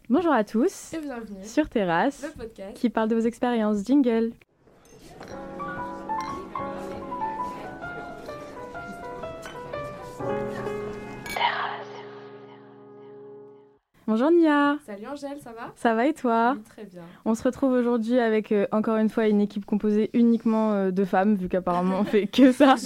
Bonjour à tous Et bienvenue sur Terrasse, le podcast qui parle de vos expériences. Jingle. Bonjour Nia. Salut Angèle, ça va? Ça va et toi? Oui, très bien. On se retrouve aujourd'hui avec encore une fois une équipe composée uniquement de femmes, vu qu'apparemment on fait que ça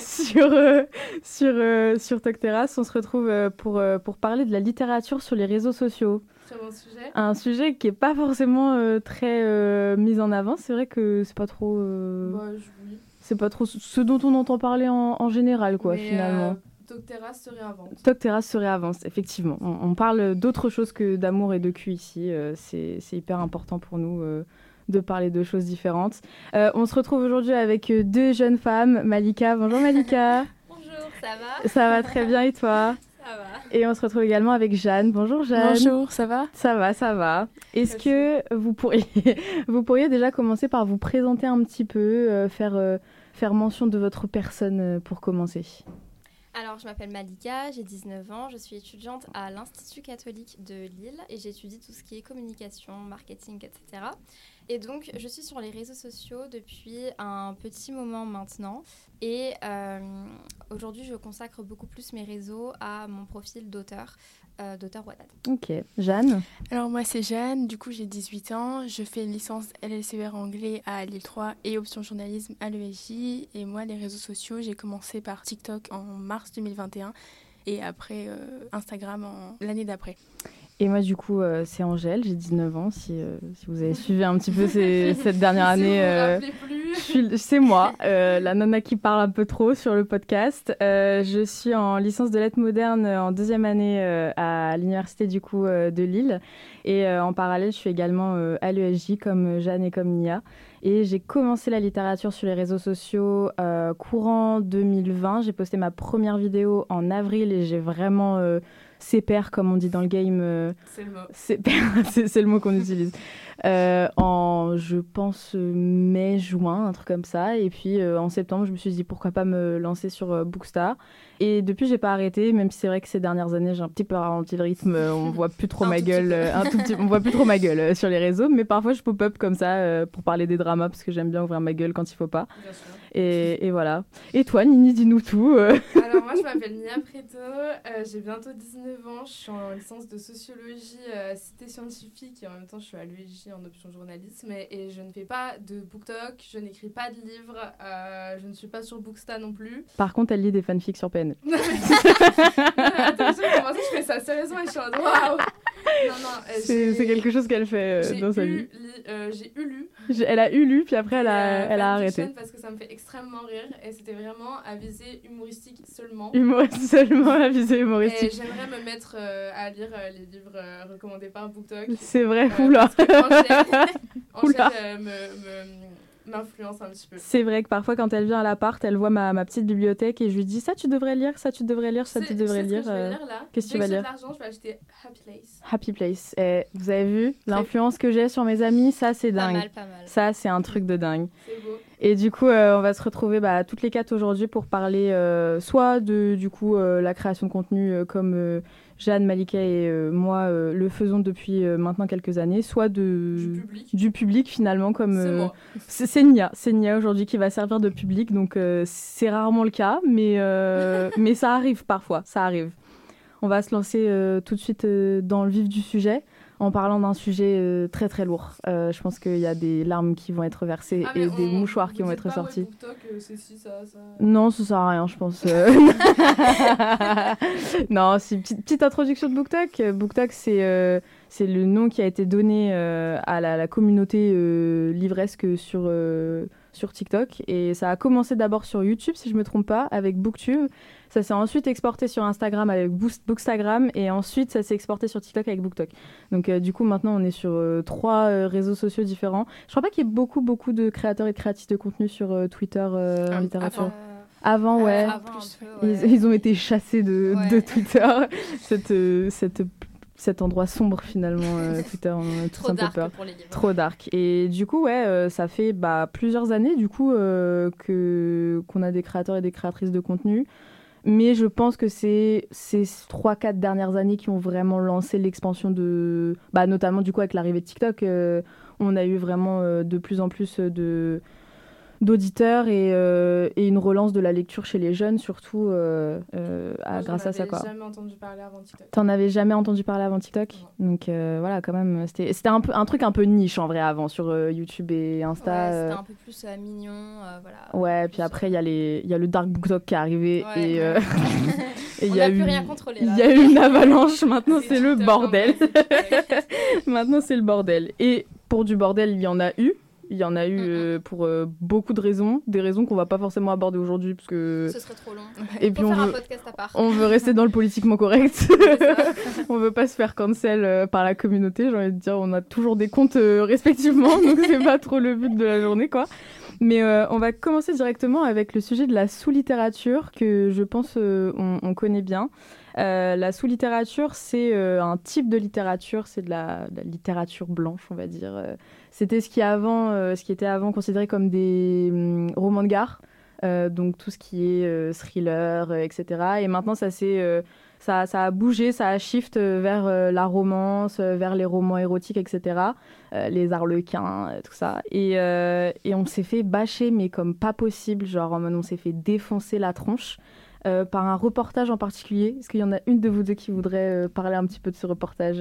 sur Talk Terrasse. On se retrouve pour parler de la littérature sur les réseaux sociaux. Très bon sujet. Un sujet qui n'est pas forcément très mis en avant. C'est vrai que c'est pas trop... Oui. C'est pas trop ce dont on entend parler en général, quoi, Mais, finalement. Talk Terrasse se réinvente. Talk Terrace se réavance, effectivement. On parle d'autre chose que d'amour et de cul ici. C'est hyper important pour nous de parler de choses différentes. On se retrouve aujourd'hui avec deux jeunes femmes. Malika, bonjour Malika. Bonjour, ça va? Ça va très bien et toi? Ça va. Et on se retrouve également avec Jeanne. Bonjour Jeanne. Bonjour, ça va? Ça va, ça va. Est-ce que vous pourriez déjà commencer par vous présenter un petit peu, faire mention de votre personne pour commencer? Alors, je m'appelle Malika, j'ai 19 ans, je suis étudiante à l'Institut catholique de Lille et j'étudie tout ce qui est communication, marketing, etc. Et donc, je suis sur les réseaux sociaux depuis un petit moment maintenant. Et aujourd'hui, je consacre beaucoup plus mes réseaux à mon profil d'auteur Wattpad. Ok. Jeanne? Alors moi c'est Jeanne, du coup j'ai 18 ans, je fais une licence LLCR anglais à Lille 3 et option journalisme à l'ESJ. Et moi les réseaux sociaux, j'ai commencé par TikTok en mars 2021 et après Instagram l'année d'après. Et moi, du coup, c'est Angèle, j'ai 19 ans, si vous avez suivi un petit peu cette dernière année. Si vous vous rappelez plus. C'est moi, la nana qui parle un peu trop sur le podcast. Je suis en licence de lettres modernes en deuxième année à l'université du coup de Lille. Et en parallèle, je suis également à l'ESJ comme Jeanne et comme Nia. Et j'ai commencé la littérature sur les réseaux sociaux courant 2020. J'ai posté ma première vidéo en avril et j'ai vraiment... sépère, comme on dit dans le game. C'est le mot. C'est le mot qu'on utilise. Je pense, mai-juin, un truc comme ça. Et puis, en septembre, je me suis dit, pourquoi pas me lancer sur Bookstar. Et depuis, j'ai pas arrêté, même si c'est vrai que ces dernières années, j'ai un petit peu ralenti le rythme. On voit plus trop ma gueule. On voit plus trop ma gueule sur les réseaux. Mais parfois, je pop-up comme ça pour parler des dramas, parce que j'aime bien ouvrir ma gueule quand il faut pas. Bien sûr. Et voilà. Et toi, Nini, dis-nous tout. Alors moi je m'appelle Nia Preto, j'ai bientôt 19 ans, je suis en licence de sociologie cité scientifique et en même temps je suis à l'ESJ en option journalisme et je ne fais pas de BookTok, je n'écris pas de livres, je ne suis pas sur Booksta non plus. Par contre, elle lit des fanfics sur PN. Attention, comment ça je fais ça sérieusement et je suis en waouh. C'est quelque chose qu'elle fait dans sa vie. J'ai lu. Elle a eu lu, puis après elle a arrêté. Parce que ça me fait extrêmement rire et c'était vraiment à visée humoristique seulement. Seulement à visée humoristique. Et j'aimerais me mettre à lire les livres recommandés par BookTok. C'est vrai, oula. Angèle m'influence un petit peu. C'est vrai que parfois quand elle vient à l'appart, elle voit ma petite bibliothèque et je lui dis ça tu devrais lire, ça tu devrais lire, ça tu devrais lire. Qu'est-ce que tu vas lire? Dès que j'ai de l'argent, je vais acheter Happy Place. Happy Place. Et vous avez vu l'influence que j'ai sur mes amis, ça c'est dingue. Pas mal. Ça c'est un truc de dingue. C'est beau. Et du coup, on va se retrouver toutes les quatre aujourd'hui pour parler soit de la création de contenu comme Jeanne, Malika et moi le faisons depuis maintenant quelques années, soit du public finalement comme c'est Nia aujourd'hui qui va servir de public, donc c'est rarement le cas, mais ça arrive parfois, ça arrive. On va se lancer tout de suite dans le vif du sujet. En parlant d'un sujet très très lourd. Je pense qu'il y a des larmes qui vont être versées et des mouchoirs qui vont être sortis. Non, ça sert à rien, je pense. Non, c'est une petite introduction de BookTok. BookTok, c'est le nom qui a été donné à la communauté livresque sur TikTok. Et ça a commencé d'abord sur YouTube, si je ne me trompe pas, avec Booktube. Ça s'est ensuite exporté sur Instagram avec Bookstagram et ensuite ça s'est exporté sur TikTok avec BookTok. Donc du coup maintenant on est sur 3 réseaux sociaux différents. Je crois pas qu'il y ait beaucoup de créateurs et de créatrices de contenu sur Twitter en littérature. Avant, ouais. Ils ont été chassés de Twitter. Cet endroit sombre finalement, Twitter, on a tous un peu peur. Trop dark. Et du coup, ça fait plusieurs années du coup qu'on a des créateurs et des créatrices de contenu. Mais je pense que c'est ces 3-4 dernières années qui ont vraiment lancé l'expansion de... notamment du coup avec l'arrivée de TikTok, on a eu vraiment de plus en plus d'auditeurs et une relance de la lecture chez les jeunes, surtout grâce à ça. J'en avais jamais entendu parler avant TikTok. T'en avais jamais entendu parler avant TikTok ? Non. Donc voilà, quand même, c'était un truc un peu niche en vrai avant sur YouTube et Insta. Ouais, c'était un peu plus mignon, voilà. Ouais, puis après il y a le Dark BookTok qui est arrivé et on n'a plus rien contrôlé là. Il y a eu une avalanche, maintenant c'est le TikTok, bordel. ouais, Maintenant c'est le bordel. Et pour du bordel, il y en a eu. Il y en a eu pour beaucoup de raisons, des raisons qu'on va pas forcément aborder aujourd'hui parce que ce serait trop long. Et puis faire un podcast à part. On veut rester dans le politiquement correct. On veut pas se faire cancel par la communauté. J'ai envie de dire, on a toujours des comptes respectivement, donc c'est pas trop le but de la journée, quoi. Mais on va commencer directement avec le sujet de la sous-littérature que je pense on connaît bien. La sous-littérature, c'est un type de littérature, c'est de la littérature blanche, on va dire. C'était ce qui était avant considéré comme des romans de gare, donc tout ce qui est thriller, etc. Et maintenant, ça a bougé, ça a shift vers la romance, vers les romans érotiques, etc. Les arlequins, tout ça. Et on s'est fait bâcher, mais comme pas possible. Genre, en mode, on s'est fait défoncer la tronche par un reportage en particulier. Est-ce qu'il y en a une de vous deux qui voudrait parler un petit peu de ce reportage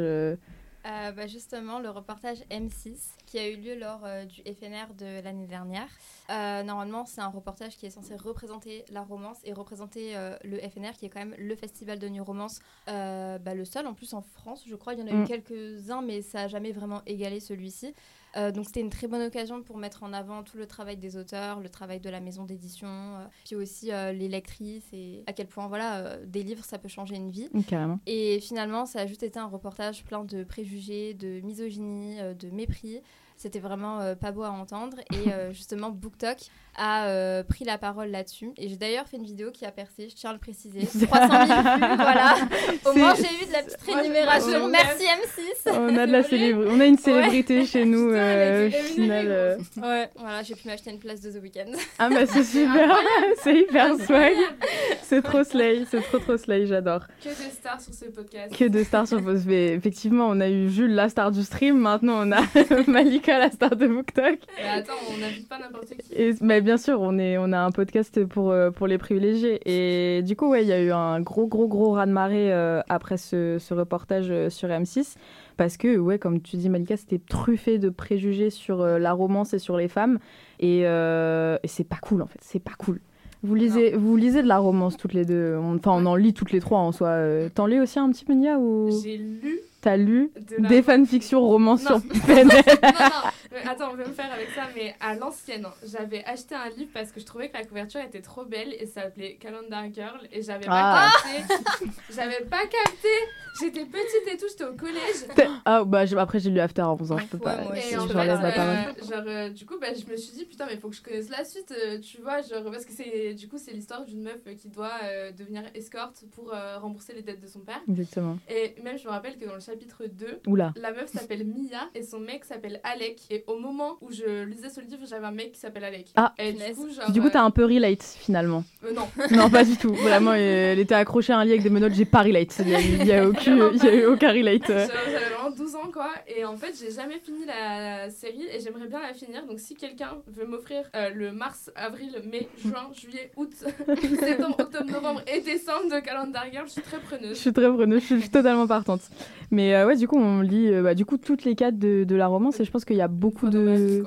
Justement, le reportage M6 qui a eu lieu lors du FNR de l'année dernière. Normalement, c'est un reportage qui est censé représenter la romance et représenter le FNR qui est quand même le festival de New Romance, le seul en plus en France, je crois. Il y en a eu quelques-uns, mais ça n'a jamais vraiment égalé celui-ci. Donc c'était une très bonne occasion pour mettre en avant tout le travail des auteurs, le travail de la maison d'édition, puis aussi les lectrices et à quel point des livres ça peut changer une vie. Carrément. Et finalement ça a juste été un reportage plein de préjugés, de misogynie, de mépris. C'était vraiment pas beau à entendre. Et justement, BookTok a pris la parole là-dessus. Et j'ai d'ailleurs fait une vidéo qui a percé, je tiens à le préciser. 300 000 vues, voilà. Au moins, j'ai eu de la petite rémunération. Merci M6. On a une célébrité chez nous, au final. Ouais, voilà, j'ai pu m'acheter une place de The Weeknd. Ah bah c'est super, c'est hyper swag. C'est trop slay, c'est trop slay, j'adore. Que de stars sur ce podcast. Que de stars sur ce... Effectivement, on a eu Jules, la star du stream. Maintenant, on a Malika, la star de BookTok. Mais attends, on n'invite pas n'importe qui. Mais bien sûr, on a un podcast pour les privilégiés. Et du coup, ouais, il y a eu un gros raz-de-marée après ce reportage sur M6. Parce que, ouais, comme tu dis, Malika, c'était truffé de préjugés sur la romance et sur les femmes. Et c'est pas cool, en fait. C'est pas cool. Vous lisez de la romance toutes les deux. On en lit toutes les trois en soi. T'en lis aussi un petit peu, Nia, ou... J'ai lu. T'as lu des fanfictions romances sur PNL? Non, attends, on va me faire avec ça, mais à l'ancienne, j'avais acheté un livre parce que je trouvais que la couverture était trop belle et ça s'appelait Calendar Girl et j'avais pas capté. J'étais petite et tout, j'étais au collège. Après j'ai lu After en 11 ans, je peux pas. Et en j'enlève la parole. Du coup, je me suis dit, putain, mais il faut que je connaisse la suite, tu vois, parce que c'est l'histoire d'une meuf qui doit devenir escorte pour rembourser les dettes de son père. Exactement. Et même, je me rappelle que dans le chapitre 2, la meuf s'appelle Mia et son mec s'appelle Alec. Et au moment où je lisais ce livre, j'avais un mec qui s'appelle Alec. Ah, et du coup, t'as un peu relate finalement. Non. Non, pas du tout. Vraiment, elle était accrochée à un lit avec des menottes, j'ai pas relate. Il y a eu aucun relate. J'avais vraiment 12 ans, quoi. Et en fait, j'ai jamais fini la série et j'aimerais bien la finir. Donc, si quelqu'un veut m'offrir le mars, avril, mai, juin, juillet, août, septembre, octobre, novembre et décembre de Calendar Girl, je suis très preneuse. Je suis totalement partante. Mais ouais, du coup, on lit toutes les cadres de la romance et je pense qu'il y a beaucoup de...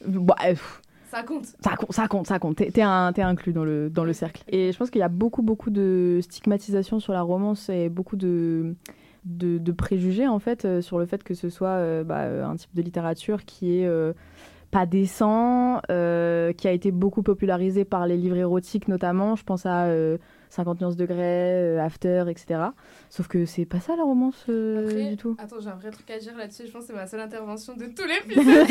Ça compte. Ça compte. T'es inclus dans le cercle. Et je pense qu'il y a beaucoup de stigmatisation sur la romance et beaucoup de préjugés, en fait, sur le fait que ce soit un type de littérature qui est pas décent, qui a été beaucoup popularisé par les livres érotiques, notamment. Je pense à 50 nuances degrés, After, etc. Sauf que c'est pas ça la romance du tout. Attends, j'ai un vrai truc à dire là-dessus. Je pense que c'est ma seule intervention de tout l'épisode.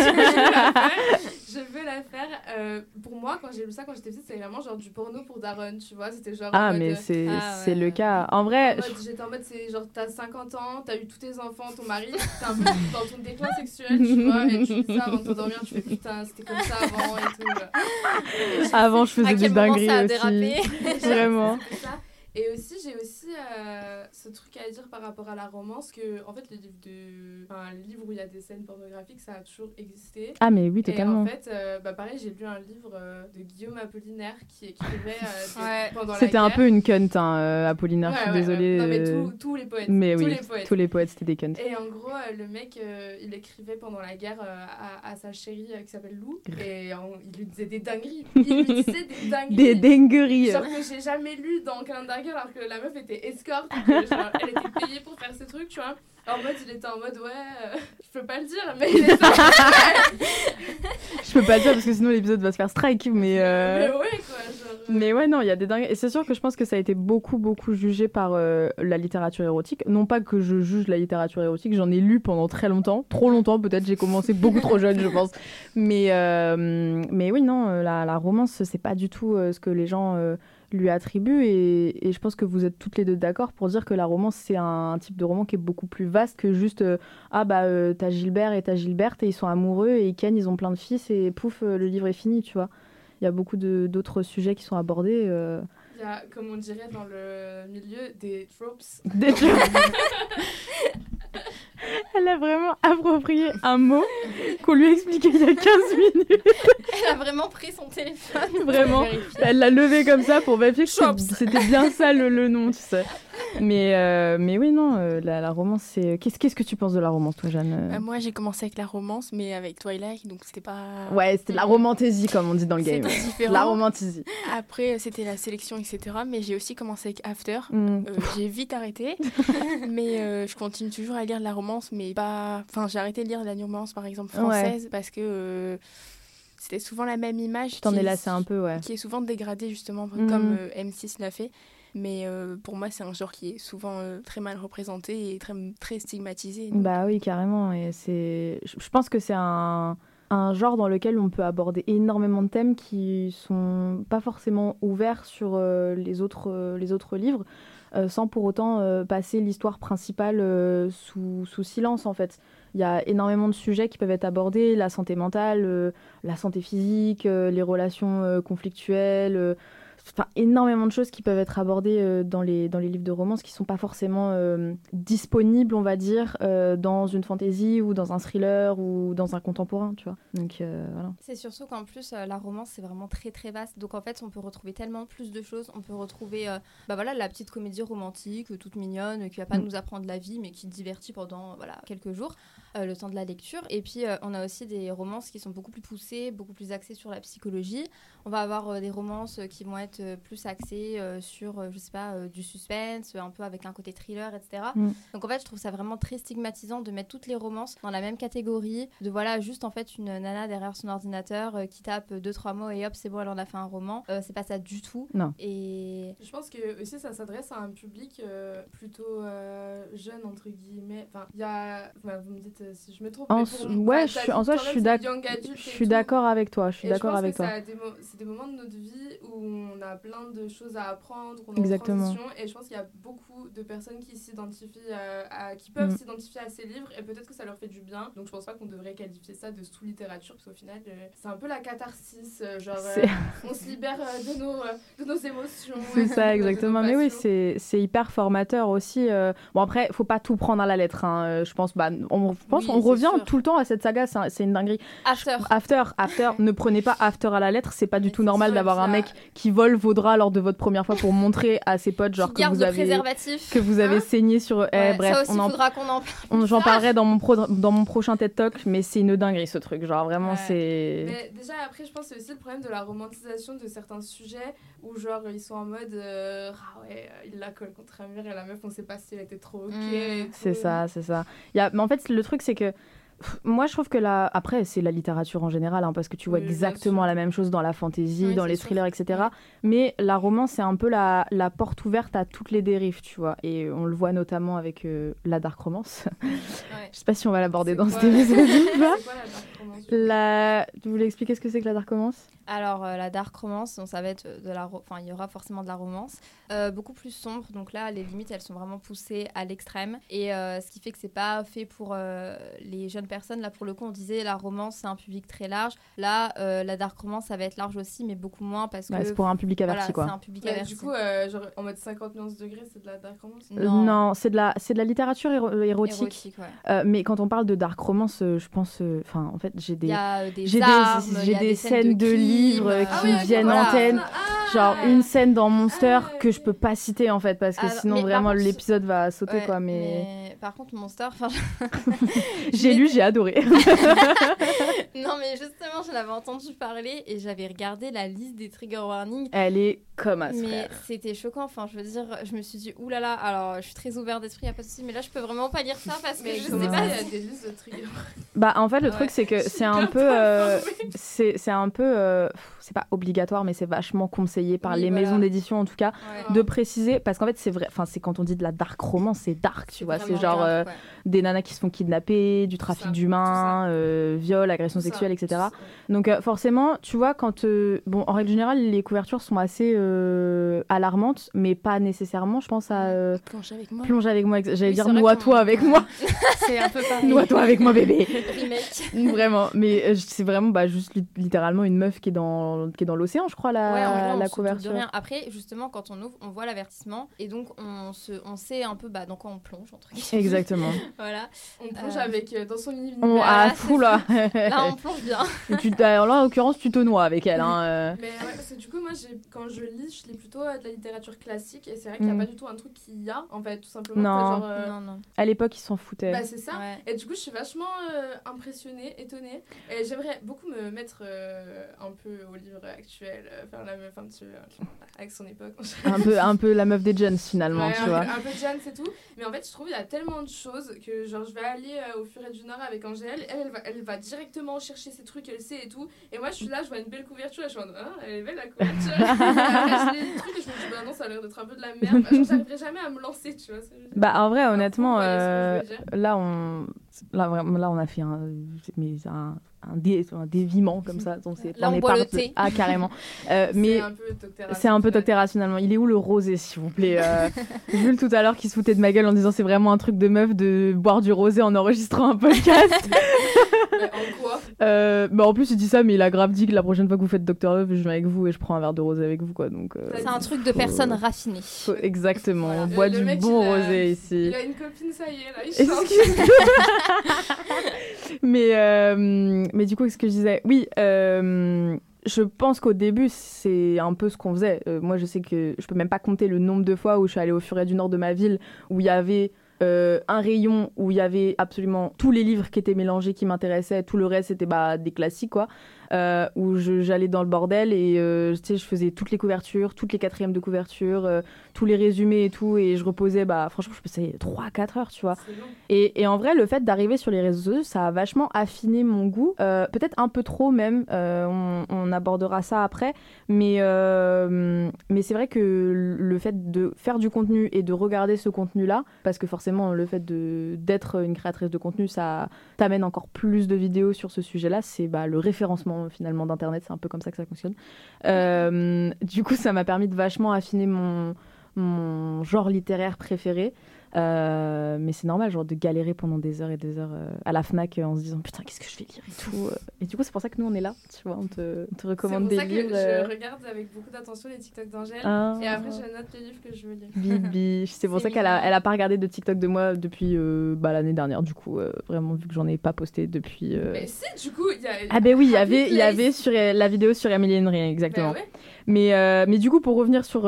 Je veux la faire. Pour moi, quand j'ai lu ça quand j'étais petite, c'était vraiment genre du porno pour Daron, tu vois. C'était genre. Mais c'est le cas. En vrai. J'étais en mode, c'est genre, t'as 50 ans, t'as eu tous tes enfants, ton mari, t'es un peu dans ton déclin sexuel, tu vois, et tu fais ça avant de t'endormir, tu fais putain, c'était comme ça avant et tout. Avant, je faisais des dingueries aussi. Dérapé. Vraiment. Ça. Et aussi, j'ai aussi ce truc à dire par rapport à la romance, que en fait, le livre où il y a des scènes pornographiques, ça a toujours existé. Ah, mais oui, Et totalement. en fait, pareil, j'ai lu un livre de Guillaume Apollinaire qui écrivait pendant la guerre. C'était un peu une cunt, Apollinaire, je suis désolée. Non, mais tous les poètes. Mais tous oui, les poètes. tous les poètes, c'était des cunts. Et en gros, le mec, il écrivait pendant la guerre à sa chérie qui s'appelle Lou, et il lui disait des dingueries. Il lui disait des dingueries. Des dingueries. Genre que j'ai jamais lu dans Calendar alors que la meuf était escorte, que, genre, elle était payée pour faire ce truc, tu vois. En mode, il était en mode, je peux pas le dire, mais il est Je peux pas le dire parce que sinon l'épisode va se faire strike, mais ouais, quoi. Genre, Mais ouais, non, il y a des dingues. Et c'est sûr que je pense que ça a été beaucoup jugé par la littérature érotique. Non pas que je juge la littérature érotique, j'en ai lu pendant très longtemps. Trop longtemps, peut-être, j'ai commencé beaucoup trop jeune, je pense. Mais oui, non, la romance, c'est pas du tout ce que les gens lui attribuent. Et je pense que vous êtes toutes les deux d'accord pour dire que la romance, c'est un type de roman qui est beaucoup plus vaste que juste t'as Gilbert et t'as Gilberte et ils sont amoureux et ils kennent, ils ont plein de fils et pouf, le livre est fini, tu vois. Il y a beaucoup d'autres sujets qui sont abordés. Il y a, comme on dirait dans le milieu, des tropes. Des tropes. Elle a vraiment approprié un mot qu'on lui a expliqué il y a 15 minutes. Elle a vraiment pris son téléphone. Vraiment. Elle l'a levé comme ça pour vérifier que c'était bien ça le nom, tu sais. Mais oui, non, la romance, c'est... Qu'est-ce que tu penses de la romance, toi, Jeanne? Moi, j'ai commencé avec la romance, mais avec Twilight, donc c'était pas... Ouais, c'était la romantaisie, comme on dit dans le game. C'était différent. La romantaisie. Après, c'était la sélection, etc. Mais j'ai aussi commencé avec After. J'ai vite arrêté. Mais je continue toujours à lire de la romance, mais pas... Enfin, j'ai arrêté de lire de la romance, par exemple, française, parce que... c'était souvent la même image. T'en es lassé un peu, ouais. Qui est souvent dégradée, justement, comme M6 l'a fait. Mais pour moi, c'est un genre qui est souvent très mal représenté et très stigmatisé. Donc. Bah oui, carrément. Et je pense que c'est un genre dans lequel on peut aborder énormément de thèmes qui sont pas forcément ouverts sur les autres livres, sans pour autant passer l'histoire principale sous silence, en fait. Il y a énormément de sujets qui peuvent être abordés, la santé mentale, la santé physique, les relations conflictuelles... Enfin, énormément de choses qui peuvent être abordées dans les livres de romance qui ne sont pas forcément disponibles, on va dire, dans une fantasy ou dans un thriller ou dans un contemporain, tu vois. Donc, voilà. C'est surtout qu'en plus, la romance, c'est vraiment très, très vaste. Donc, en fait, on peut retrouver tellement plus de choses. On peut retrouver la petite comédie romantique, toute mignonne, qui ne va pas nous apprendre la vie, mais qui divertit pendant quelques jours, le temps de la lecture. Et puis, on a aussi des romances qui sont beaucoup plus poussées, beaucoup plus axées sur la psychologie. On va avoir des romances qui vont être plus axées sur, je sais pas, du suspense, un peu avec un côté thriller, etc. Donc en fait, je trouve ça vraiment très stigmatisant de mettre toutes les romances dans la même catégorie, de juste en fait une nana derrière son ordinateur qui tape 2-3 mots et hop, c'est bon, elle en a fait un roman. C'est pas ça du tout. Non. Et je pense que aussi ça s'adresse à un public plutôt jeune, entre guillemets. Enfin, il y a... vous me dites si je me trompe. En soi, je suis d'accord avec toi. Je pense que c'est des moments de notre vie où on a plein de choses à apprendre, on est Exactement. en transition, et je pense qu'il y a beaucoup de personnes qui s'identifient qui peuvent s'identifier à ces livres, et peut-être que ça leur fait du bien. Donc je pense pas qu'on devrait qualifier ça de sous-littérature, parce qu'au final c'est un peu la catharsis, on se libère de nos émotions. C'est ça, exactement. Mais oui, c'est hyper formateur aussi. Bon, après, faut pas tout prendre à la lettre, hein. Je pense, on revient tout le temps à cette saga, c'est une dinguerie. After, ne prenez pas After à la lettre, c'est pas du tout normal d'avoir un mec qui vole vos draps lors de votre première fois pour montrer à ses potes genre que vous avez saigné sur bref, ça aussi faudra qu'on en parle. J'en parlerai dans mon prochain TED Talk, mais c'est une dinguerie ce truc, genre vraiment c'est... Mais déjà après je pense que c'est aussi le problème de la romantisation de certains sujets où genre ils sont en mode il la colle contre un mur et la meuf on sait pas si elle était trop ok. C'est ça. Mais en fait le truc c'est que moi je trouve que après c'est la littérature en général, hein, parce que tu vois exactement la même chose dans la fantasy, dans les thrillers, etc. Mais la romance c'est un peu la porte ouverte à toutes les dérives, tu vois, et on le voit notamment avec la dark romance. Je sais pas si on va l'aborder dans cet épisode ou pas. C'est quoi la dark romance? Tu voulais expliquer ce que c'est que la dark romance? Alors la dark romance, donc ça va être il y aura forcément de la romance, beaucoup plus sombre. Donc là, les limites, elles sont vraiment poussées à l'extrême, et ce qui fait que c'est pas fait pour les jeunes personnes. Là, pour le coup, on disait la romance, c'est un public très large. Là, la dark romance, ça va être large aussi, mais beaucoup moins parce que... c'est pour un public averti, quoi. C'est un public Mais averti. du coup, genre en mode 50 nuances degrés, c'est de la dark romance? Non, c'est de la littérature érotique. Ouais. Mais quand on parle de dark romance, je pense... Enfin, en fait, j'ai Il y a des j'ai armes, j'ai il y a des scènes de crimes. livres qui viennent en antenne. Genre une scène dans Monster que je peux pas citer en fait parce que sinon mais vraiment par contre, l'épisode va sauter ouais, quoi. Mais par contre Monster, j'ai lu, j'ai adoré. Non mais justement je l'avais entendu parler et j'avais regardé la liste des trigger warnings. Elle est comme as, mais frère. c'était choquant. Enfin je veux dire, je me suis dit oulala. Alors je suis très ouvert d'esprit, y a pas de souci, mais là je peux vraiment pas lire ça parce que je sais pas. Il y a des listes de trigger. Bah en fait le truc c'est que c'est un peu c'est un peu c'est pas obligatoire mais c'est vachement conseillé par les maisons d'édition en tout cas de préciser parce qu'en fait c'est vrai, enfin c'est quand on dit de la dark romance c'est dark, tu vois, c'est genre des nanas qui se font kidnapper, du trafic d'humains, viol, agression sexuelle, etc. Donc forcément tu vois quand bon en règle générale les couvertures sont assez alarmantes mais pas nécessairement je pense à plonge avec moi j'allais dire noie-toi avec moi. C'est un peu pareil. Noie-toi avec moi bébé. Remake. Vraiment, mais c'est vraiment juste littéralement une meuf qui est dans l'océan, je crois, la couverture. De rien. Après, justement, quand on ouvre, on voit l'avertissement et donc on sait un peu dans quoi on plonge entre guillemets. Exactement. Voilà. On plonge avec dans son univers. Ah fou là. Là, on plonge bien. Alors là, en l'occurrence, tu te noies avec elle. Hein, Mais ouais, parce que du coup, moi, quand je lis plutôt de la littérature classique et c'est vrai qu'il n'y a pas du tout un truc qu'il y a en fait, tout simplement. Non. Genre, non. À l'époque, ils s'en foutaient. Bah, c'est ça. Ouais. Et du coup, je suis vachement impressionnée, étonnée. Et j'aimerais beaucoup me mettre un peu au livre actuel, faire la meuf un petit avec son époque. un peu la meuf des Jones finalement, ouais, tu vois. Un peu Jan, c'est tout. Mais en fait, je trouve qu'il y a tellement de choses que genre je vais aller au Furet du Nord avec Angèle. Elle va directement chercher ses trucs, elle sait et tout. Et moi, je suis là, je vois une belle couverture et je suis en mode, elle est belle la couverture. Après, je lis le truc et je me dis, bah non, ça a l'air d'être un peu de la merde. Genre, j'arriverai jamais à me lancer, tu vois. Bah en vrai, honnêtement, là on a fait un déviement comme ça. Donc là, on boit le thé. Ah, carrément. Mais c'est un peu Docteur finalement. Il est où le rosé, s'il vous plaît Jules, tout à l'heure, qui se foutait de ma gueule en disant c'est vraiment un truc de meuf de boire du rosé en enregistrant un podcast. En quoi bah en plus, il dit ça, mais il a grave dit que la prochaine fois que vous faites Docteur Who, je viens avec vous et je prends un verre de rosé avec vous, quoi. Donc, c'est un truc de personnes raffinées. Exactement. Voilà. On boit du bon rosé ici. Il a une copine, ça y est, là, il chante. Mais du coup, ce que je disais, oui, je pense qu'au début, c'est un peu ce qu'on faisait. Moi, je sais que je peux même pas compter le nombre de fois où je suis allée au Furet du Nord de ma ville, où il y avait un rayon où il y avait absolument tous les livres qui étaient mélangés, qui m'intéressaient. Tout le reste, c'était des classiques, quoi. Où j'allais dans le bordel et tu sais, je faisais toutes les couvertures, toutes les quatrièmes de couverture, tous les résumés et tout, et je reposais, franchement, je passais 3-4 heures, tu vois. Et en vrai, le fait d'arriver sur les réseaux sociaux, ça a vachement affiné mon goût, peut-être un peu trop même, on abordera ça après, mais c'est vrai que le fait de faire du contenu et de regarder ce contenu-là, parce que forcément, le fait d'être une créatrice de contenu, ça t'amène encore plus de vidéos sur ce sujet-là, c'est le référencement finalement d'internet, c'est un peu comme ça que ça fonctionne. Du coup, ça m'a permis de vachement affiner mon genre littéraire préféré. Mais c'est normal, genre de galérer pendant des heures et des heures à la Fnac en se disant putain, qu'est-ce que je vais lire et tout. Et du coup, c'est pour ça que nous on est là, tu vois, on te recommande des livres. C'est pour ça que je regarde avec beaucoup d'attention les TikTok d'Angèle et après je note les livres que je veux lire. Bibi, c'est pour ça qu'elle a pas regardé de TikTok de moi depuis l'année dernière, du coup, vraiment, vu que j'en ai pas posté depuis. Mais si, du coup, il y a. Ah, ben oui, il y avait sur la vidéo sur Emily Henry, exactement. Ouais. Mais du coup, pour revenir sur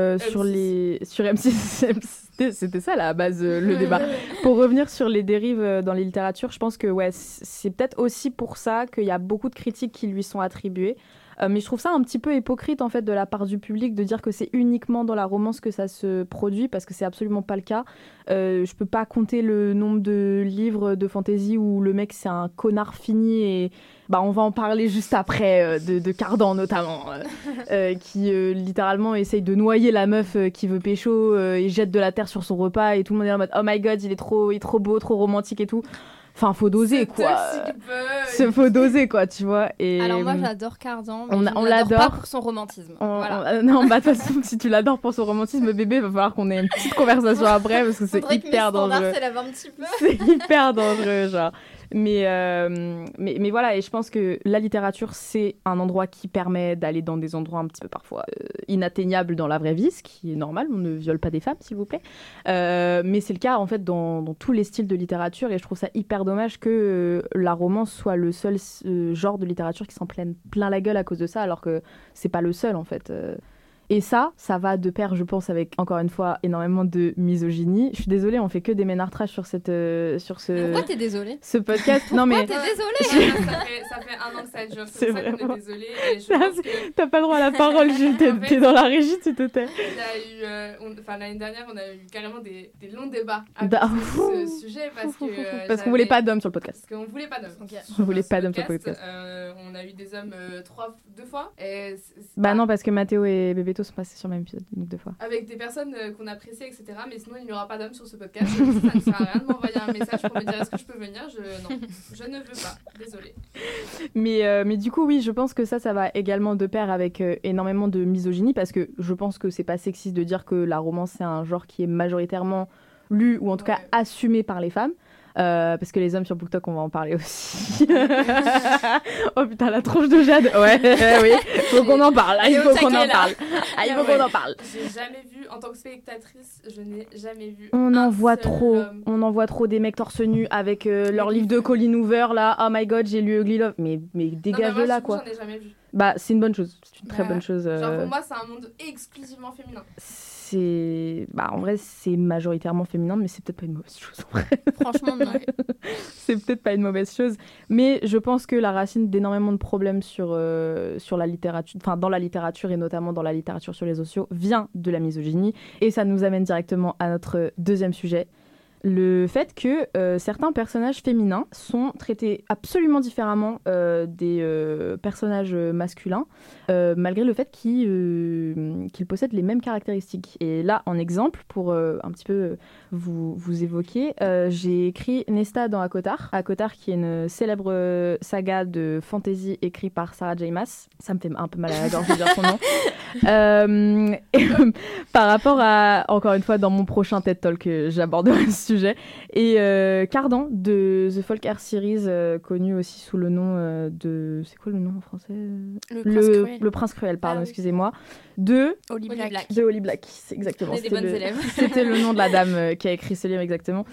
M6, c'était ça la base, le débat. Pour revenir sur les dérives dans les littératures, je pense que c'est peut-être aussi pour ça qu'il y a beaucoup de critiques qui lui sont attribuées. Mais je trouve ça un petit peu hypocrite en fait de la part du public de dire que c'est uniquement dans la romance que ça se produit, parce que c'est absolument pas le cas. Je peux pas compter le nombre de livres de fantasy où le mec c'est un connard fini et on va en parler juste après de Cardan notamment qui littéralement essaye de noyer la meuf qui veut pécho et jette de la terre sur son repas et tout le monde est en mode oh my god, il est trop beau, trop romantique et tout. Enfin, faut doser, quoi. Faut doser, quoi, tu vois. Et alors, moi, j'adore Cardan, mais on je l'adore pas pour son romantisme. Non, de toute façon, si tu l'adores pour son romantisme, bébé, il va falloir qu'on ait une petite conversation après, parce que c'est hyper dangereux. C'est un petit peu. C'est hyper dangereux, genre. Mais voilà, et je pense que la littérature, c'est un endroit qui permet d'aller dans des endroits un petit peu parfois inatteignables dans la vraie vie, ce qui est normal, on ne viole pas des femmes, s'il vous plaît. Mais c'est le cas, en fait, dans tous les styles de littérature, et je trouve ça hyper dommage que la romance soit le seul genre de littérature qui s'en prenne plein la gueule à cause de ça, alors que c'est pas le seul, en fait. Et ça va de pair, je pense, avec, encore une fois, énormément de misogynie. Je suis désolée, on fait que des ménards trash sur ce... Pourquoi t'es désolée? Ce podcast. Non, mais... T'es désolée? Ça fait 1 an que ça dure, C'est c'est pour ça qu'on vraiment- est désolé. Et je pense que T'as pas le droit à la parole, Jules, En fait- t'es dans la régie, tu te tais. il y a eu, l'année dernière, on a eu carrément des longs débats Da- avec ce sujet Parce qu'on voulait pas d'hommes sur le podcast. Parce qu'on voulait pas d'hommes. Ok. On voulait pas d'hommes sur le podcast. On a eu des hommes 2 fois. Et Bah non, parce que Mathéo et Bébéto sont passés sur le même épisode, donc 2 fois. avec des personnes qu'on apprécie, etc. Mais sinon, il n'y aura pas d'hommes sur ce podcast. Ça ne sert à rien de m'envoyer un message pour me dire est-ce que je peux venir. Non, je ne veux pas. Désolée. Mais du coup, oui, je pense que ça va également de pair avec énormément de misogynie, parce que je pense que c'est pas sexiste de dire que la romance, c'est un genre qui est majoritairement lu, ou en tout cas Ouais. assumé par les femmes. Parce que les hommes sur BookTok, on va en parler aussi. Oh putain, la tronche de Jade. Ouais, oui, faut qu'on en parle. Il faut qu'on en parle. Il faut qu'on en parle. J'ai jamais vu, en tant que spectatrice, je n'ai jamais vu. On en un voit seul trop. homme. On en voit trop des mecs torse nu avec leur livre de Colin Hoover là. Oh my god, j'ai lu Ugly Love. Mais Non, mais dégage moi, là du coup, quoi. J'en ai jamais vu. Bah, c'est une bonne chose. C'est une très Ouais. bonne chose. Genre, pour moi, c'est un monde exclusivement féminin. En vrai, c'est majoritairement féminin, mais c'est peut-être pas une mauvaise chose. En vrai. Franchement, non. C'est peut-être pas une mauvaise chose, mais je pense que la racine d'énormément de problèmes sur la littérature, enfin dans la littérature et notamment dans la littérature sur les sociaux, vient de la misogynie, et ça nous amène directement à notre deuxième sujet. Le fait que certains personnages féminins sont traités absolument différemment des personnages masculins, malgré le fait qu'ils possèdent les mêmes caractéristiques. Et là, en exemple, pour un petit peu vous évoquer, j'ai écrit Nesta dans Akotar. Akotar, qui est une célèbre saga de fantasy écrite par Sarah J. Maas. Ça me fait un peu mal à la gorge de dire son nom. Par rapport à, encore une fois, dans mon prochain TED Talk, j'aborderai ce sujet. Et Cardan de The Folk Air Series, connu aussi sous le nom de... C'est quoi le nom en français? Le Prince Cruel, pardon, Ah oui. excusez-moi. De Holly Holly Black. Black. de Holly Black, c'est exactement. On est des C'était bonnes le- élèves. C'était le nom de la dame qui a écrit ce livre exactement.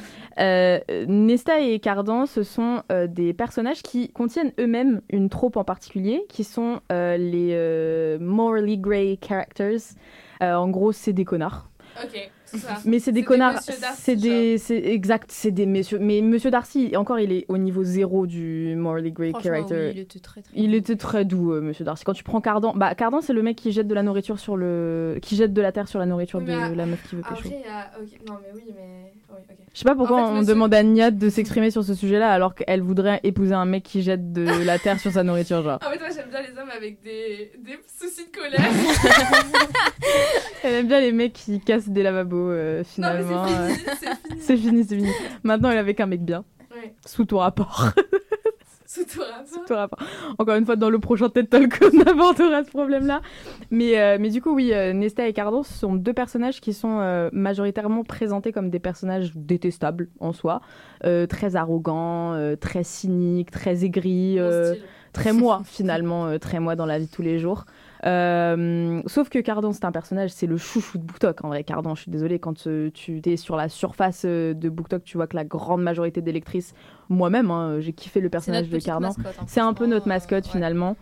Nesta et Cardan, ce sont des personnages qui contiennent eux-mêmes une troupe en particulier, qui sont les morally grey characters. En gros, c'est des connards. Ok, c'est ça. Mais c'est des C'est des connards, Monsieur Darcy, c'est des messieurs. Mais Monsieur Darcy, encore, il est au niveau 0 du morally grey Franchement, character. oui, il était très très Il bon. était très doux, Monsieur Darcy. Quand tu prends Cardan, Cardan, c'est le mec qui jette de la nourriture qui jette de la terre sur la nourriture Oui, de mais la meuf qui veut pécho. Après, il y a. ok, non, mais oui, mais. Oui, ok. Je sais pas pourquoi En fait, on monsieur- demande à Niad de s'exprimer sur ce sujet-là alors qu'elle voudrait épouser un mec qui jette de la terre sur sa nourriture, genre. En fait, moi, j'aime bien les hommes avec des soucis de colère. Elle aime bien les mecs qui cassent des lavabos, finalement. Non, mais c'est fini. C'est fini, c'est fini. Maintenant, elle est avec un mec bien. Ouais, Sous ton rapport. sous tout rapport. Sous ton rapport. Encore une fois, dans le prochain TED Talk, on abordera ce problème-là. Mais du coup, oui, Nesta et Cardan, ce sont deux personnages qui sont majoritairement présentés comme des personnages détestables en soi. Très arrogants, très cyniques, très aigris. Mon style. Très moi finalement, très moi dans la vie de tous les jours. Sauf que Cardan, c'est un personnage, c'est le chouchou de BookTok. En vrai, Cardan, je suis désolée, quand tu es sur la surface de BookTok, tu vois que la grande majorité des lectrices, moi-même, hein, j'ai kiffé le C'est personnage notre de petite Cardan. mascotte, hein, C'est un peu notre franchement, mascotte ouais. finalement.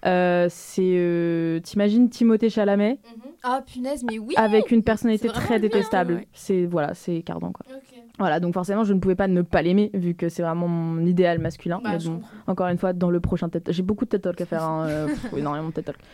T'imagines Timothée Chalamet Mhm. Ah punaise, mais oui. avec une personnalité C'est vraiment très lui, détestable. ouais. C'est Cardan quoi. Ok. Voilà, donc forcément je ne pouvais pas ne pas l'aimer vu que c'est vraiment mon idéal masculin. Bah, Mais je bon, comprends. encore une fois, dans le prochain TED Talk. J'ai beaucoup de TED Talk à faire, hein, énormément de TED Talk.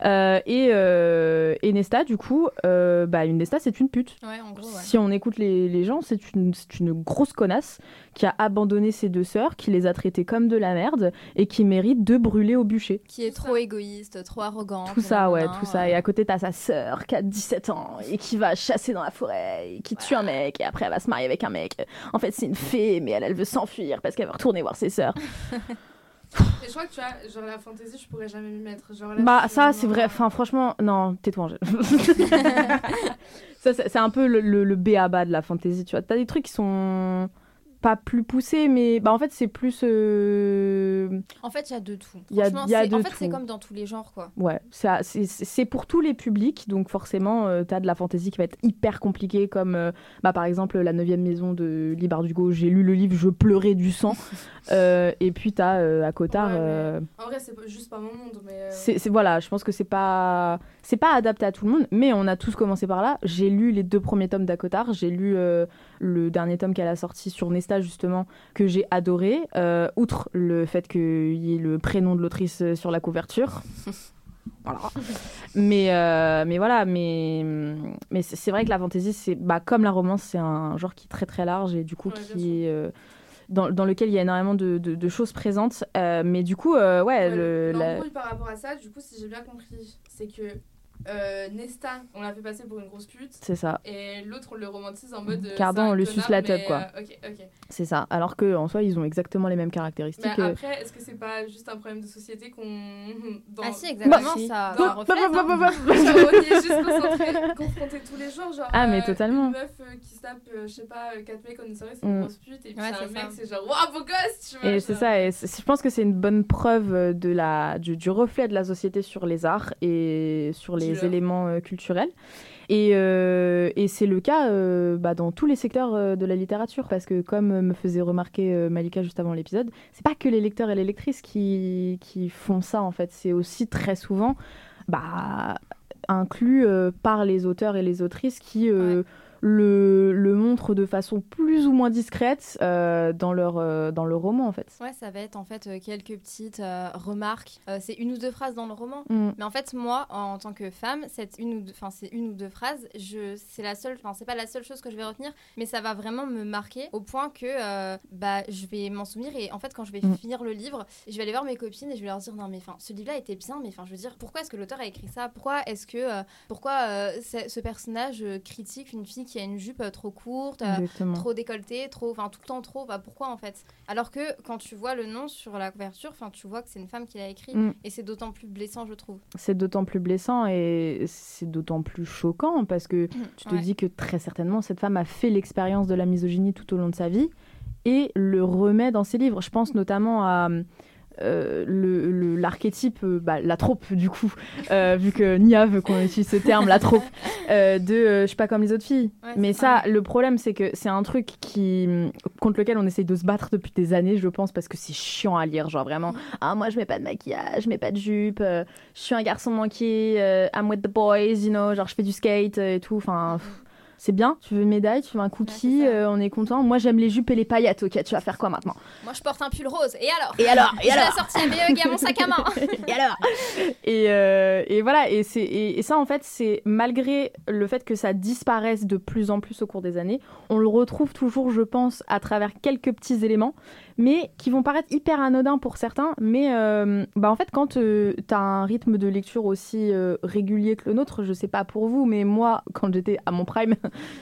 Et Nesta, du coup, une Nesta, c'est une pute. Ouais, en gros, ouais. Si on écoute les gens, c'est une grosse connasse qui a abandonné ses deux sœurs, qui les a traitées comme de la merde et qui mérite de brûler au bûcher. Qui est Tout trop ça. égoïste, trop arrogant. Tout ça, ouais, tout ça. Et à côté, t'as sa sœur qui a 17 ans et qui va chasser dans la forêt et qui tue un mec et après elle va se marier avec un mec. En fait, c'est une fée, mais elle veut s'enfuir parce qu'elle veut retourner voir ses sœurs. Et je crois que tu vois, genre la fantaisie, je pourrais jamais m'y mettre. Genre, là, Bah je suis ça c'est vraiment- vrai, enfin franchement, non, tais-toi Angèle. Ça c'est un peu le b.a.-ba de la fantasy, tu vois. T'as des trucs qui sont pas plus poussé, mais en fait c'est plus En fait il y a de tout. Il y a de en fait tout. c'est comme dans tous les genres quoi. Ouais, c'est pour tous les publics, donc forcément t'as de la fantasy qui va être hyper compliquée, comme par exemple La 9e maison de Lee Bardugo. J'ai lu le livre, je pleurais du sang. Et puis t'as à Cotard. En vrai c'est juste pas mon monde, mais voilà, je pense que c'est pas adapté à tout le monde, mais on a tous commencé par là. J'ai lu les 2 premiers tomes d'Acotar, j'ai lu le dernier tome qu'elle a sorti sur Nesta justement, que j'ai adoré, outre le fait qu'il y ait le prénom de l'autrice sur la couverture. Voilà. Mais voilà, mais c'est vrai que la fantasy, c'est comme la romance, c'est un genre qui est très très large et du coup qui est dans lequel il y a énormément de choses présentes, mais du coup l'embrouille par rapport à ça, du coup, si j'ai bien compris, c'est que Nesta, on l'a fait passer pour une grosse pute. C'est ça. Et l'autre, on le romantise en mode. Cardan, on le suce la tête, quoi. Ok. C'est ça. Alors qu'en soi, ils ont exactement les mêmes caractéristiques. Mais après, est-ce que c'est pas juste un problème de société Ah si, exactement, ça reflète. On y est juste confronté tous les jours. Genre, mais totalement. Une meuf qui se tape, je sais pas, 4 mecs en une soirée, c'est une grosse pute. Et puis c'est un mec, c'est genre, waouh, beau gosse, tu vois. Et c'est ça. Et je pense que c'est une bonne preuve du reflet de la société sur les arts et sur les éléments culturels. Et c'est le cas dans tous les secteurs de la littérature, parce que comme me faisait remarquer Malika juste avant l'épisode, c'est pas que les lecteurs et les lectrices qui font ça en fait, c'est aussi très souvent inclus par les auteurs et les autrices qui le montrent de façon plus ou moins discrète dans leur roman en fait. Ouais, ça va être en fait quelques petites remarques. C'est 1 ou 2 phrases dans le roman. Mais en fait, moi, en tant que femme, c'est 1 ou 2 phrases. C'est pas la seule chose que je vais retenir, mais ça va vraiment me marquer au point que je vais m'en souvenir. Et en fait, quand je vais finir le livre, je vais aller voir mes copines et je vais leur dire non mais ce livre-là était bien, mais je veux dire, pourquoi est-ce que l'auteur a écrit ça ? Pourquoi ce personnage critique une fille qui a une jupe trop courte, trop décolletée, tout le temps trop, pourquoi en fait ? Alors que quand tu vois le nom sur la couverture, tu vois que c'est une femme qui l'a écrit, et c'est d'autant plus blessant, je trouve. C'est d'autant plus blessant et c'est d'autant plus choquant parce que tu te dis que très certainement cette femme a fait l'expérience de la misogynie tout au long de sa vie et le remet dans ses livres. Je pense notamment à l'archétype, la troupe du coup, vu que Nia veut qu'on utilise ce terme, la troupe, je suis pas comme les autres filles. Mais ça, le problème c'est que c'est un truc contre lequel on essaye de se battre depuis des années, je pense, parce que c'est chiant à lire, genre vraiment, moi je mets pas de maquillage, je mets pas de jupe, je suis un garçon manqué, I'm with the boys, genre je fais du skate et tout, c'est bien, tu veux une médaille, tu veux un cookie, on est content. Moi, j'aime les jupes et les paillettes, ok, tu vas faire quoi maintenant ? Moi, je porte un pull rose, et alors Je l'ai sorti à BEG à mon sac à main. Et alors et voilà, et ça, en fait, c'est malgré le fait que ça disparaisse de plus en plus au cours des années, on le retrouve toujours, je pense, à travers quelques petits éléments, mais qui vont paraître hyper anodins pour certains, mais en fait, quand t'as un rythme de lecture aussi régulier que le nôtre, je sais pas pour vous, mais moi, quand j'étais à mon prime,